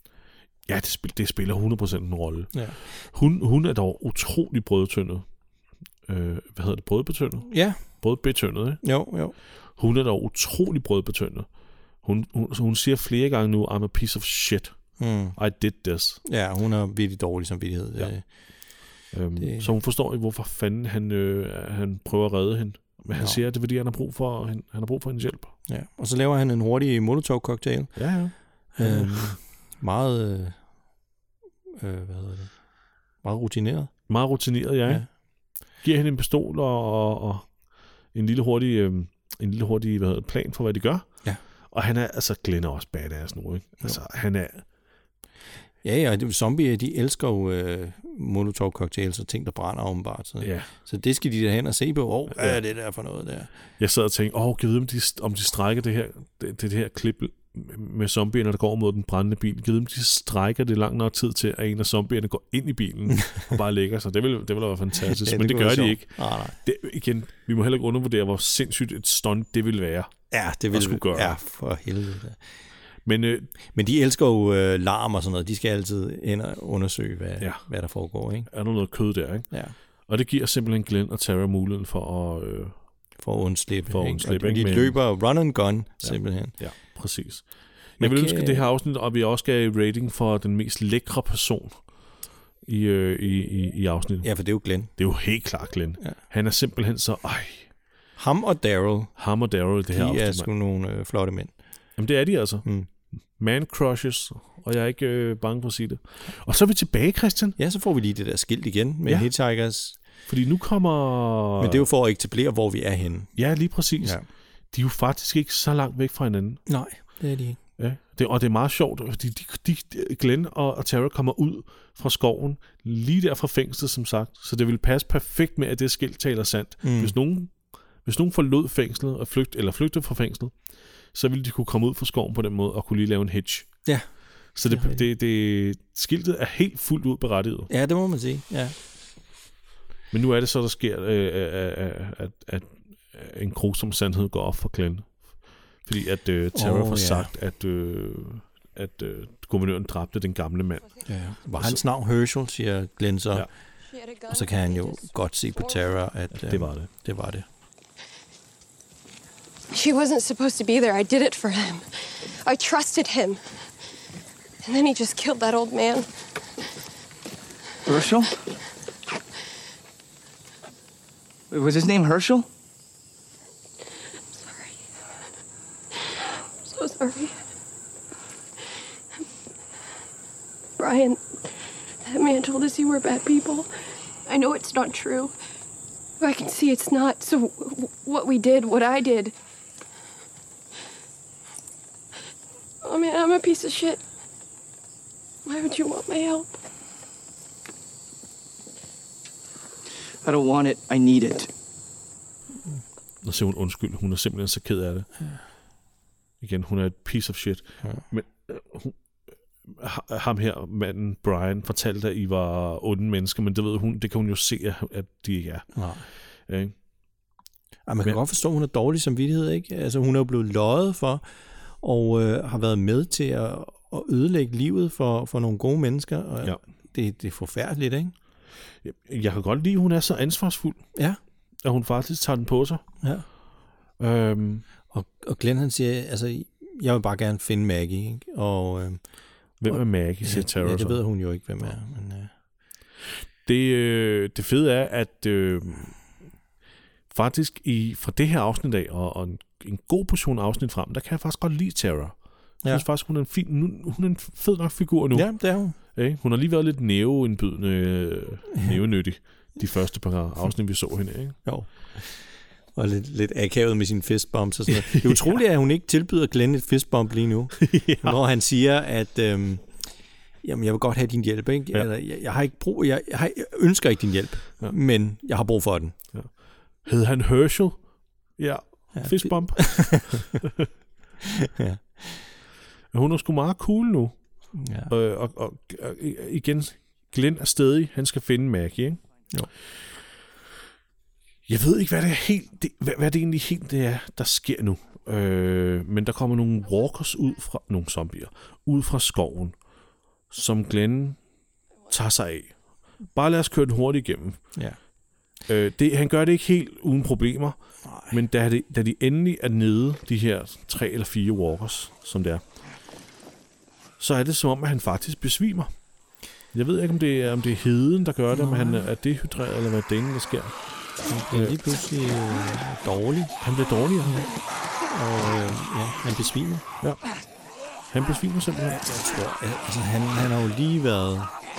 ja det, spil, det spiller hundrede procent en rolle. Ja. Hun, hun er dog utrolig brødtyndet. Øh, hvad hedder det? Brødbetyndet? Ja. Brødbetyndet, ikke? Jo, jo. Hun er dog utrolig brødbetyndet. Hun, hun, hun siger flere gange nu, I'm a piece of shit. Mm. I did this. Ja, hun har virkelig dårlig samvittighed. Ja. Øhm, det... Så hun forstår ikke, hvorfor fanden han, øh, han prøver at redde hende. Men han Nå. siger, at det er fordi, han har brug for, han, han har brug for hendes hjælp. Ja, og så laver han en hurtig Molotov-cocktail. Ja, ja. Øhm, meget, øh, hvad hedder det? Meget rutineret. Meget rutineret, ja. ja. Giver hende en pistol og, og, og en lille hurtig, øh, en lille hurtig hvad hedder det, plan for, hvad de gør. Ja. Og han er, altså Glenn er også badass nu, ikke? Altså, han er... Ja, ja, det, zombier, de elsker jo øh, Molotov-cocktails og ting, der brænder åbenbart. Så, ja. så det skal de da hen og se på. Åh, hvad ja. er det der for noget der? Jeg sad og tænkte, åh, kan jeg vide, om de, om de strækker det her, det, det her klip med zombierne, der går mod den brændende bil. Kan jeg vide, om de strækker det lang nok tid til, at en af zombierne går ind i bilen og bare lægger sig. Det ville, det ville være fantastisk, ja, det men det gør de sjovt. Ikke. Ah, nej. Det, igen, vi må heller ikke undervurdere, hvor sindssygt et stunt det ville være. Ja, det ville skulle gøre. Ja, for helvede. Men, øh, Men de elsker jo øh, larm og sådan noget. De skal altid ind og undersøge, hvad, ja. hvad der foregår. Ikke? Er der noget kød der, ikke? Ja. Og det giver simpelthen Glenn og Tara muligheden for at... Øh, for at undslippe. For at undslippe, ikke? Og de løber run and gun, simpelthen. Ja, ja præcis. Jeg vil ønske det her afsnit, og vi også gav rating for den mest lækre person i, øh, i, i, i afsnittet. Ja, for det er jo Glenn. Det er jo helt klart Glenn. Ja. Han er simpelthen så... Ej. Ham og Daryl. Ham og Daryl, det her afsnit. De er sgu nogle øh, flotte mænd. Jamen, det er de altså. Mm. Man crushes, og jeg er ikke øh, bange for at sige det. Og så er vi tilbage, Christian. Ja, så får vi lige det der skilt igen med ja. Hitchhikers. Fordi nu kommer... Men det er jo for at etablere, hvor vi er henne. Ja, lige præcis. Ja. De er jo faktisk ikke så langt væk fra hinanden. Nej, det er de ikke. Ja, det, og det er meget sjovt, fordi de, de, de, Glenn og, og Tara kommer ud fra skoven, lige der fra fængslet, som sagt. Så det vil passe perfekt med, at det skilt taler sandt. Mm. Hvis nogen, hvis nogen forlod fængslet og flygt, eller flygtede fra fængslet, så ville de kunne komme ud fra skoven på den måde og kunne lige lave en hitch. Ja. Så det, det, det, det, skiltet er helt fuldt ud berettiget. Ja, det må man sige, ja. Men nu er det så, der sker, øh, at, at en grusom sandhed går op for Glenn. Fordi at øh, Tara oh, får ja. sagt, at, øh, at øh, guvernøren dræbte den gamle mand. Ja, var hans navn Herschel, siger Glenn så. Ja. Og så kan han jo godt se på Tara, at øh, det var det. Det var det. She wasn't supposed to be there. I did it for him. I trusted him. And then he just killed that old man. Herschel? Was his name Herschel? I'm so sorry. Brian, that man told us you were bad people. I know it's not true. I can see it's not. So what we did, what I did. Oh man, I'm a piece of shit. Why would you want my help? I don't want it. I need it. Nu siger hun undskyld. Hun er simpelthen så ked af det. Ja. Igen, hun er et piece of shit. Ja. Men øh, hun, ham her, manden Brian, fortalte, at I var onde mennesker, men det ved hun, det kan hun jo se, at de ikke er. Nej. Ja, ja, man kan men, godt forstå, at hun er dårlig samvittighed, ikke? Altså, hun er jo blevet løjet for, og øh, har været med til at, at ødelægge livet for, for nogle gode mennesker. Og ja. det, det er forfærdeligt, ikke? Jeg, jeg kan godt lide, at hun er så ansvarsfuld. Ja. At hun faktisk tager den på sig. Ja. Øhm. Og, og Glenn, han siger, altså, jeg vil bare gerne finde Maggie, ikke? Og, øh, hvem er Maggie, siger Tara. Ja, det ved hun jo ikke, hvem er. Men, øh. det, øh, det fede er, at øh, faktisk i, fra det her afsnit af, og, og en, en god portion afsnit frem, der kan jeg faktisk godt lide Tara. Jeg ja. synes faktisk, hun er en fin, nu, hun er en fed nok figur nu. Ja, det er hun. Okay? Hun har lige været lidt næveindbydende, øh, nævenyttig, de første par afsnit, vi så hende, ikke? Jo. Og lidt, lidt akavet med sine fistbumps og sådan noget. Det er utroligt, at hun ikke tilbyder Glenn et fistbump lige nu. Ja. Når han siger, at øhm, jamen, jeg vil godt have din hjælp. Ikke? Ja. Altså, jeg, jeg har ikke brug, jeg, jeg, har, jeg ønsker ikke din hjælp, ja. men jeg har brug for den. Ja. Hed han Herschel? Ja, ja. Fistbump. Ja. Hun er sgu meget cool nu. Ja. Og, og, og, og igen, Glenn er stadig, han skal finde Maggie, ikke? Jo. Jeg ved ikke, hvad det er helt, det, hvad, hvad det egentlig helt det er, der sker nu. Øh, men der kommer nogle walkers ud fra, nogle zombier, ud fra skoven, som Glenn tager sig af. Bare lad os køre den hurtigt igennem. Ja. Øh, det, han gør det ikke helt uden problemer, nej. Men da, det, da de endelig er nede, de her tre eller fire walkers, som det er, så er det som om, at han faktisk besvimer. Jeg ved ikke, om det er, om det er heden, der gør det, nej. Om han er dehydreret, eller hvad det er, der sker. Han er lige pludselig øh, dårlig. Han bliver dårligere. Og øh, ja, han besvimer. Ja. Han besvimer simpelthen. Jeg tror, altså, han, han har jo lige været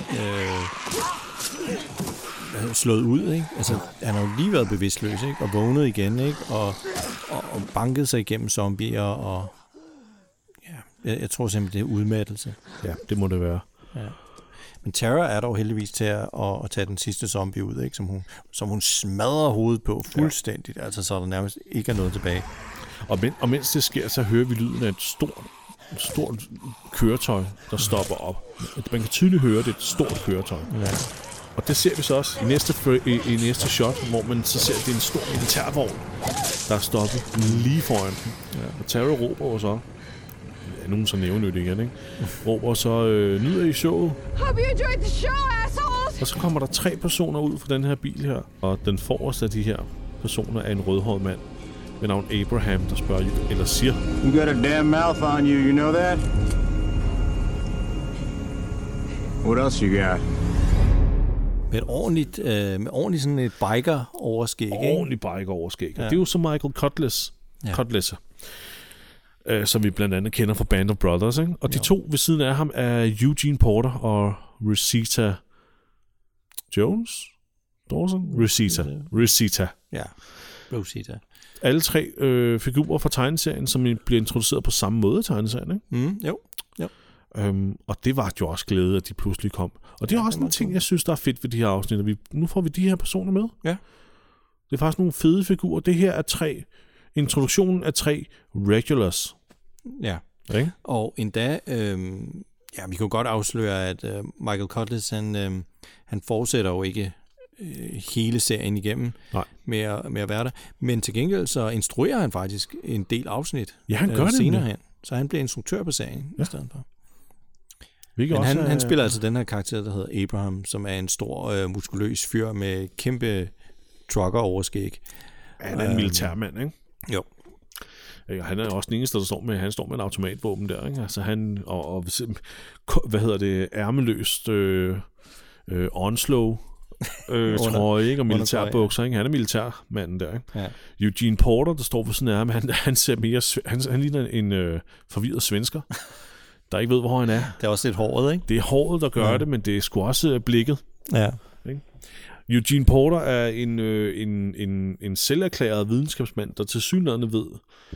øh, slået ud, ikke? Altså, han har jo lige været bevidstløs, ikke? Og vågnet igen, ikke? Og, og, og banket sig igennem zombier, og ja, jeg, jeg tror simpelthen, det er udmattelse. Ja, det må det være. Ja. Men Tara er dog heldigvis til at, at tage den sidste zombie ud, ikke? Som, hun, som hun smadrer hovedet på fuldstændigt, ja. Altså så der nærmest ikke er noget tilbage. Og, men, og mens det sker, så hører vi lyden af et stort, et stort køretøj, der stopper op. Man kan tydeligt høre, det er et stort køretøj. Ja. Og det ser vi så også i næste, i, i næste shot, hvor man så ser, at det er en stor militærvogn, der er stoppet lige foran den. Ja. Og Tara råber jo så, ja, nogen så nævnyttig igen, ikke? Råber så, øh, nyder I showet? Hope you enjoyed the show, assholes! Og så kommer der tre personer ud fra den her bil her, og den forreste af de her personer er en rødhåret mand ved navn Abraham, der spørger, eller siger, You got a damn mouth on you, you know that? What else you got? Med et ordentligt, øh, med ordentligt sådan et biker-overskæg, ikke? Ordentligt biker-overskæg. Ja. Det er jo så Michael Cutlass. Ja. Cutlass. øh, som vi blandt andet kender fra Band of Brothers, ikke? Og de jo. to ved siden af ham er Eugene Porter og Rosita Jones? Dawson? Rosita. Rosita. Ja, Rosita. Alle tre øh, figurer fra tegneserien, som bliver introduceret på samme måde i tegneserien, ikke? Mm, jo, jo. Øhm, og det var jo også glæde, at de pludselig kom. Og det er ja, også en ting, jeg synes, der er fedt ved de her afsnit. Vi, nu får vi de her personer med. Ja. Det er faktisk nogle fede figurer. Det her er tre... Introduktionen af tre regulars. Ja. Ikke? Og endda... Øh, ja, vi kan godt afsløre, at øh, Michael Cudlitz, han, øh, han fortsætter jo ikke øh, hele serien igennem med at, med at være der. Men til gengæld så instruerer han faktisk en del afsnit. Ja, han gør øh, det senere nemlig. hen. Så han bliver instruktør på serien ja. i stedet for. Men også han, er, han spiller altså den her karakter, der hedder Abraham, som er en stor, øh, muskuløs fyr med kæmpe trucker-overskæg. Han er en militærmand, ikke? Jo. Ja, han er også den eneste, der står med, han står med en automatvåben der, ikke? Altså han, og, og hvad hedder det, ærmeløst øh, øh, onslow øh, trøje, ikke? Og militærbukser, ikke? Han er militærmanden der, ikke? Ja. Eugene Porter, der står ved sådan af ham, han, han ser mere, han, han ligner en øh, forvirret svensker, der ikke ved, hvor han er. Det er også lidt håret, ikke? Det er håret, der gør ja. det, men det er sgu også blikket. Ja. Ikke? Eugene Porter er en, øh, en, en, en selverklæret videnskabsmand, der tilsyneladende ved,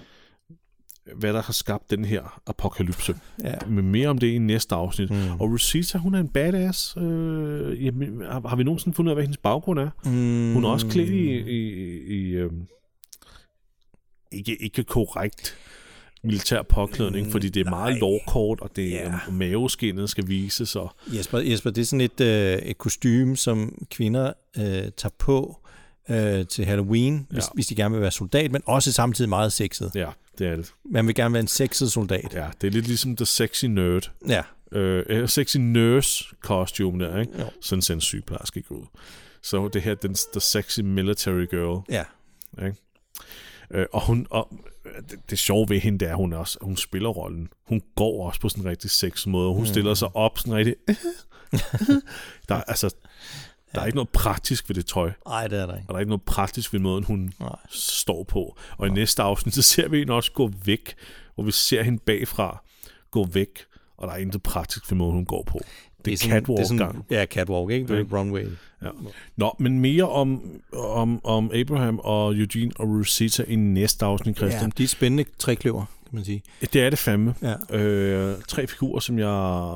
hvad der har skabt den her apokalypse. Ja. Men mere om det i næste afsnit. Mm. Og Rosita, hun er en badass. Øh, jamen, har, har vi nogensinde fundet ud af, hvad hendes baggrund er? Mm. Hun er også klædt i, i, i øh, ikke, ikke korrekt militær påklædning, mm, fordi det er meget lovkort, og det er yeah. maveskinnet skal vises. Og Jesper, Jesper, det er sådan et, øh, et kostume, som kvinder øh, tager på øh, til Halloween, hvis, ja. hvis de gerne vil være soldat, men også samtidig meget sexet. Ja, det er det. Man vil gerne være en sexet soldat. Ja, det er lidt ligesom The Sexy Nerd. Ja. Øh, sexy Nurse costume der, ikke? Jo. Sådan ser en sygeplejerske ikke ud. Så det her, den, The Sexy Military Girl. Ja. Ikke? Øh, og hun, og det, det sjove ved hende, det er, hun også, hun spiller rollen. Hun går også på sådan en rigtig sexy måde, og hun mm. stiller sig op sådan rigtig... der, altså, der er ikke noget praktisk ved det tøj. Nej, det er der ikke. Og der er ikke noget praktisk ved måden, hun Nej. står på. Og i næste afsnit, så ser vi hende også gå væk, hvor vi ser hende bagfra gå væk, og der er intet praktisk ved måden, hun går på. Det er, det er catwalk-gang. Ja, catwalk, ikke? Det er runway. Ja. Nå, men mere om, om, om Abraham og Eugene og Rosita i næste afsnit, Christian. Ja, de er spændende trekløver, kan man sige. Det er det fandme. Ja. Øh, tre figurer, som jeg...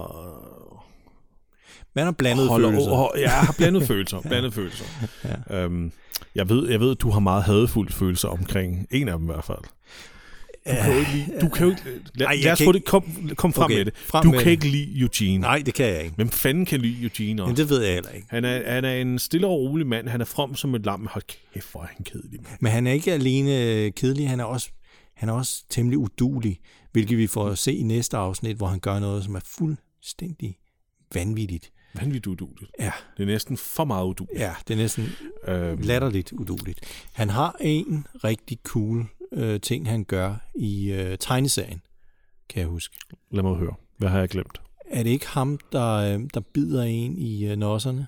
Man har blandet holder, følelser. Og, ja, jeg har blandet følelser. Blandet ja. følelser. Ja. Øhm, jeg, ved, jeg ved, at du har meget hadefulde følelser omkring en af dem i hvert fald. Du kan jo ikke lide... Du kan jo ikke, lad, Ej, lad os få det... Kom, kom frem okay, med det. Du kan ikke lide Eugene. Nej, det kan jeg ikke. Hvem fanden kan lide Eugene også? Men det ved jeg heller ikke. Han er, han er en stille og rolig mand. Han er from som et lam. Men hold kæft, hvor er han kedelig, mand. Men han er ikke alene kedelig. Han er også, han er også temmelig uduelig. Hvilket vi får at se i næste afsnit, hvor han gør noget, som er fuldstændig vanvittigt. Vanvittigt uduligt. Ja. Det er næsten for meget uduligt. Ja, det er næsten øhm. latterligt uduligt. Han har en rigtig cool øh, ting, han gør i øh, tegneserien, kan jeg huske. Lad mig høre. Hvad har jeg glemt? Er det ikke ham, der, øh, der bider en i øh, nosserne?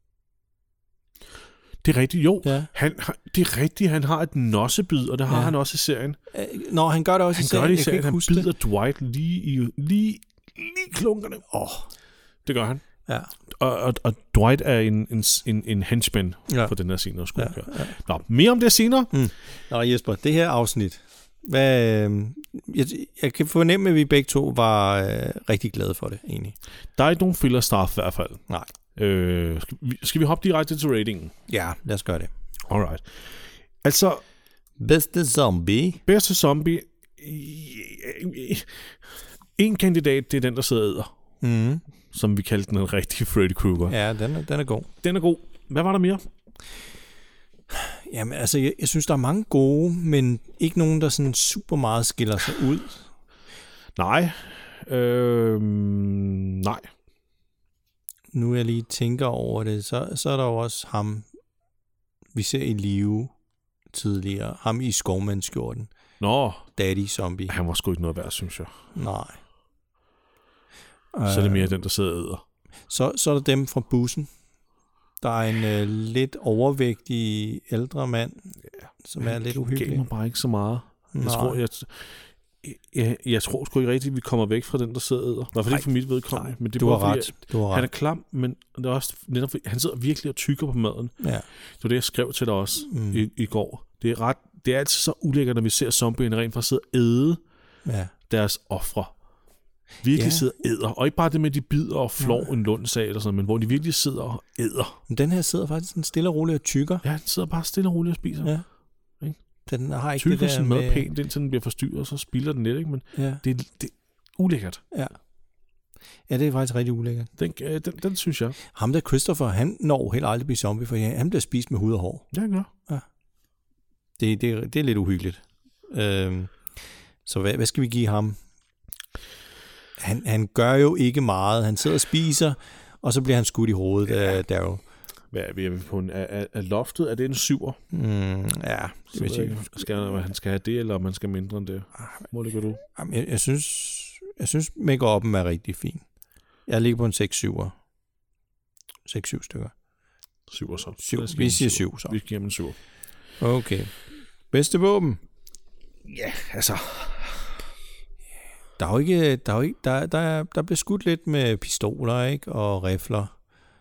Det er rigtigt, jo. Ja. Han, det er rigtigt, han har et nossebid, og det har ja. han også i serien. Nå, han gør det også han i serien. Han gør det i serien, han bider det. Dwight lige i lige, lige klunkerne. Åh, oh. Det gør han. Ja. Og, og, og Dwight er en, en, en, en henchman ja. for den her scene. Ja, ja. Nå, mere om det senere. Mm. Nå, Jesper, det her afsnit. Hvad, øh, jeg, jeg kan fornemme, at vi begge to var øh, rigtig glade for det, egentlig. Der er ikke nogen fillerstraf i hvert fald. Nej. Øh, skal, vi, skal vi hoppe direkte til ratingen? Ja, lad os gøre det. Alright. Altså... Bedste zombie. Bedste zombie... En kandidat, det er den, der sidder og æder. Mhm. Som vi kaldte den rigtige Freddy Krueger. Ja, den er, den er god. Den er god. Hvad var der mere? Jamen, altså, jeg, jeg synes, der er mange gode, men ikke nogen, der sådan super meget skiller sig ud. Nej. Øh, nej. Nu jeg lige tænker over det, så, så er der jo også ham, vi ser i live tidligere. Ham i skovmandskjorten. Nå. Daddy Zombie. Han var sgu ikke noget værd, synes jeg. Nej. Så er det mere den, der sidder og æder. Så, så er der dem fra bussen. Der er en øh, lidt overvægtig ældre mand, ja, som er lidt uhyggelig. Det gav mig bare ikke så meget. Jeg Nej. tror, jeg, Jeg, jeg tror sgu ikke rigtigt, at vi kommer væk fra den, der sidder og æder. I hvert fald ikke for mit vedkommende. Men det du er har bare, ret. Du har han er ret. klam, men det er også netop, han sidder virkelig og tykker på maden. Ja. Det var det, jeg skrev til dig også Mm. i, i går. Det er, ret, det er altid så ulækkert, når vi ser zombierne rent faktisk sidde og æde Ja. deres ofre. Virkelig Ja. sidder og æder. Og ikke bare det med, at de bider og flår ja. en lundsag eller sådan, men hvor de virkelig sidder og æder. Men den her sidder faktisk sådan stille og roligt og tykker. Ja, den sidder bare stille og roligt og spiser. Ja. Ikke? Den har ikke Tykker det der sin mad med... pænt, indtil den bliver forstyrret, og så spilder den lidt, ikke? Men Ja. det, er, det er ulækkert. Ja. Ja, det er faktisk rigtig ulækkert. Den, øh, den, den synes jeg. Ham der Christopher, han når helt aldrig blive zombie, for han bliver spist med hud og hår. Ja, han gør. Ja. Det, det, det er lidt uhyggeligt. Øhm, så hvad, hvad skal vi give ham? Han, han gør jo ikke meget. Han sidder og spiser, og så bliver han skudt i hovedet ja. af Daryl. Hvad er vi på en, er, er, er loftet? Er det en syver? Mm, ja, det vil sige. Skal han, han skal have det, eller man skal mindre end det? Hvor ligger du? Jamen, jeg, jeg synes, jeg synes make-up'en er rigtig fin. Jeg ligger på en seks syv. seks syv stykker. Syver så. Syv. Vi siger syv så. Vi giver dem en syver. Okay. Bedste våben? Ja, altså... Der er jo ikke, der er jo ikke, der, der, der bliver skudt lidt med pistoler, ikke? Og rifler.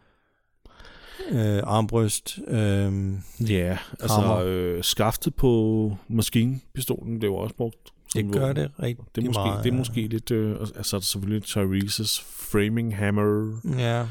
Øh, armbryst. Øh, ja, altså øh, skaftet på maskinpistolen, det var også brugt. Det gør det rigtig det er måske, meget. Det er måske lidt, øh, altså er der selvfølgelig Tyrese's framing hammer. Ja.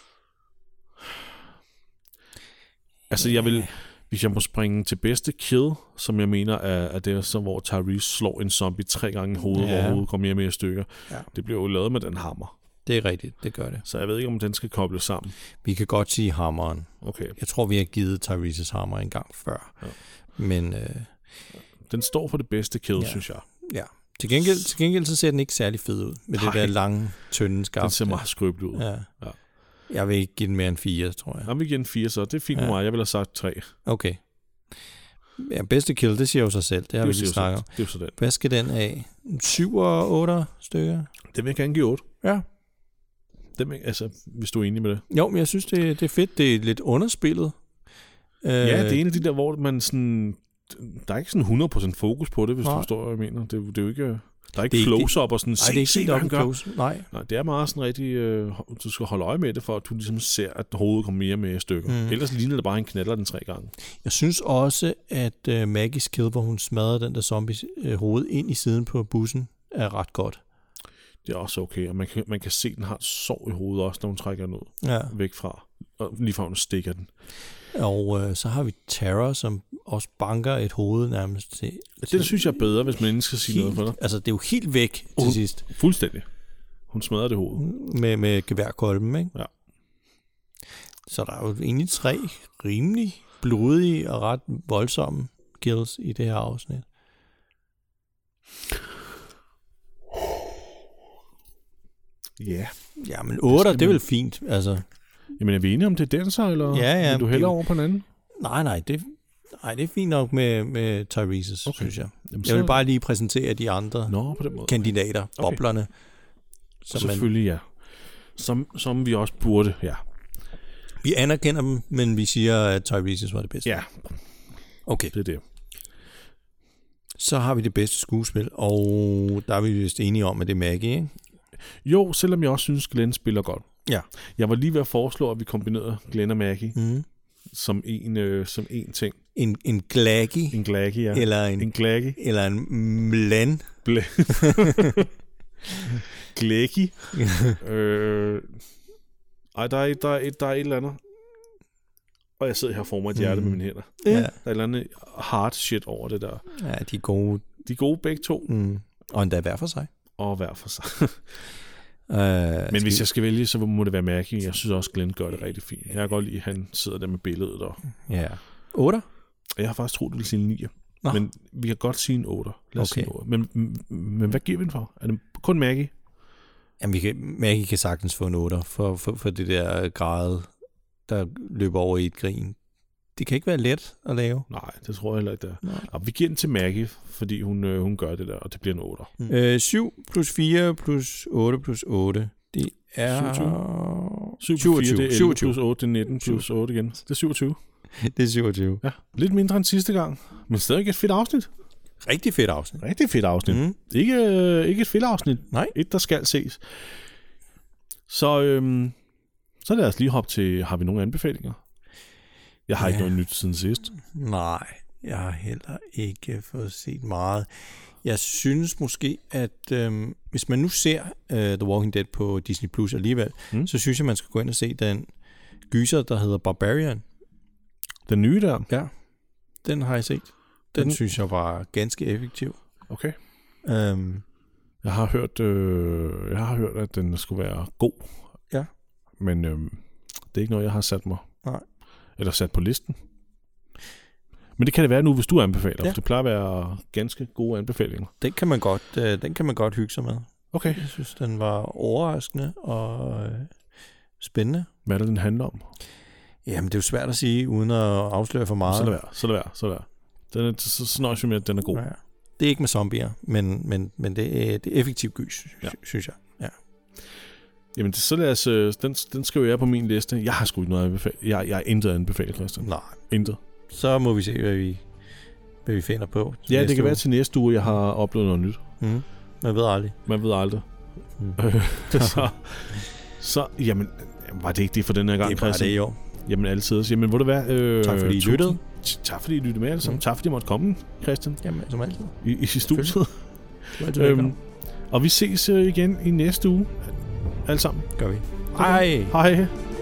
Altså jeg vil, hvis jeg må springe til bedste kill, som jeg mener er, er det, så, hvor Tyrese slår en zombie tre gange i hovedet, ja. hvor hovedet kommer mere og mere i stykker. Ja. Det bliver jo lavet med den hammer. Det er rigtigt, det gør det. Så jeg ved ikke, om den skal kobles sammen. Vi kan godt sige hammeren. Okay. Jeg tror, vi har givet Tyrese's hammer en gang før. Ja. Men... Øh, den står for det bedste kill, ja. synes jeg. Ja. Til gengæld, til gengæld så ser den ikke særlig fed ud. Med Nej. det der lange, tynde skaft. Den ser meget skrøbelig ud. Ja. Ja. Jeg vil ikke give den mere end fire, tror jeg. Jeg vil give den fire, så det er fint ja. for mig. Jeg vil have sagt tre. Okay. Ja, bedste kill, det siger jo sig selv. Det har det vi lige snakket om. Det er jo sådan. Hvad skal den af? syv og otte stykker? Det vil jeg gerne give otte. Ja. Det vil, altså, hvis du er enig med det. Jo, men jeg synes, det, det er fedt. Det er lidt underspillet. Ja, det er en af de der, hvor man sådan... Der er ikke sådan hundrede procent fokus på det, hvis Nej. du forstår, hvad jeg mener. Det, det er jo ikke... Der er ikke close-up og sådan, nej, det er ikke se, hvad han gør. Close. Nej. Nej, det er meget sådan rigtig, øh, du skal holde øje med det, for at du ligesom ser, at hovedet kommer mere med i stykker. Mm. Ellers ligner det bare, at han knaller den tre gange. Jeg synes også, at uh, Maggies kill, hvor hun smadrer den der zombies uh, hoved ind i siden på bussen, er ret godt. Det er også okay, og man kan, man kan se, at den har et sår i hovedet også, når hun trækker den ud ja. væk fra, og lige fra hun stikker den. Og uh, så har vi Tara, som også banker et hoved nærmest til... Det, det synes jeg er bedre, hvis man ikke skal sige helt, noget for dig. Altså, det er jo helt væk hun, til sidst. Fuldstændig. Hun smadrer det hoved. Med, med geværkolben, ikke? Ja. Så der er jo egentlig tre rimelig blodige og ret voldsomme kills i det her afsnit. Ja. Ja, men otte, det, det er vel fint, altså... Jamen er vi enige om det er den så, eller ja, ja, vil du hellere over på den anden? Nej, nej, det, nej, det er fint nok med, med Tyrese's, okay. synes jeg. Jamen, jeg vil bare lige præsentere de andre Nå, på den måde. kandidater, okay. boblerne. Som selvfølgelig, man, ja. Som, som vi også burde, ja. Vi anerkender dem, men vi siger, at Tyrese's var det bedste. Ja, okay. Det er det. Så har vi det bedste skuespil, og der er vi vist enige om, at det er Maggie, ikke? Jo, selvom jeg også synes, Glenn spiller godt. Ja. Jeg var lige ved at foreslå, at vi kombinerede Glenn og Maggie mm. som, en, øh, som en ting. En, en glaggy. En glaggy, ja. Eller en, en glaggy. Eller en mlan. Glaggy. øh, ej, der er, der, er et, der er et eller andet. Og jeg sidder her for mig et hjerte mm. med mine hænder. Ja. Der er et eller andet hard shit over det der. Ja, de er gode. De er gode begge to. Mm. Og endda hver for sig. Og hver for sig. Uh, Men hvis jeg skal vælge, så må det være Maggie. Jeg synes også, Glenn gør det rigtig fint. Jeg kan godt lide, at han sidder der med billedet. Og... Ja. otte? Jeg har faktisk troet, du ville sige en ni. Men vi kan godt sige en otte. Lad os okay. sige en otte. Men, men hvad giver vi den for? Er det kun Maggie? Jamen, vi kan, Maggie kan sagtens få en otte for, for, for det der grad, der løber over i et grin. Det kan ikke være let at lave. Nej, det tror jeg heller ikke, det er. Vi giver den til Maggie, fordi hun, øh, hun gør det der, og det bliver en otte. Mm. Øh, syv plus fire plus otte plus otte, det er... syvogtyve. syv plus fire, det er elleve plus otte, det er nitten plus otte igen. Det er syvogtyve. Det er syvogtyve. Ja, lidt mindre end sidste gang, men stadig et fedt afsnit. Rigtig fedt afsnit. Rigtig fedt afsnit. Mm. Ikke, øh, ikke et fedt afsnit. Nej. Et, der skal ses. Så, øhm, så lad os lige hoppe til, har vi nogle anbefalinger? Jeg har ja. ikke noget nyt siden sidst. Nej, jeg har heller ikke fået set meget. Jeg synes måske, at øhm, hvis man nu ser uh, The Walking Dead på Disney Plus alligevel, mm. så synes jeg, man skal gå ind og se den gyser, der hedder Barbarian. Den nye der? Ja, den har jeg set. Den, den synes jeg var ganske effektiv. Okay. Um, jeg har hørt, øh, jeg har hørt, at den skulle være god. Ja. Men øh, det er ikke noget, jeg har sat mig. Nej. Eller sat på listen. Men det kan det være nu, hvis du anbefaler. Ja. Det plejer at være ganske gode anbefalinger. Den kan man godt, øh, den kan man godt hygge sig med. Okay. Jeg synes, den var overraskende og øh, spændende. Hvad er det, den handler om? Jamen, det er jo svært at sige, uden at afsløre for meget. Så lad være, så lad være, så lad være. Den er, så, så nøjes vi med, at den er god. Ja. Det er ikke med zombier, men, men, men det, er, det er effektiv gys, ja. synes jeg. Ja. Jamen, det, så lad os, den, den skriver jeg på min liste. Jeg har sgu ikke noget at anbefale. Jeg, jeg er intet at anbefale, Christian. Nej. Intet. Så må vi se, hvad vi, hvad vi finder på. Ja, det kan uge. være til næste uge, jeg har oplevet noget nyt. Mm. Man ved aldrig. Man ved aldrig. Mm. så, så, jamen, var det ikke det for den her gang, det Christian? Det var det, jo. Jamen, altid. Jamen, hvor det være... Øh, tak fordi I lyttede. Tak fordi I lyttede med, altså. Mm. Tak fordi I måtte komme, Christian. Jamen, som altid. I, i studiet. øhm, og vi ses igen i næste uge. Alle sammen. Gør vi. Hej. Hej.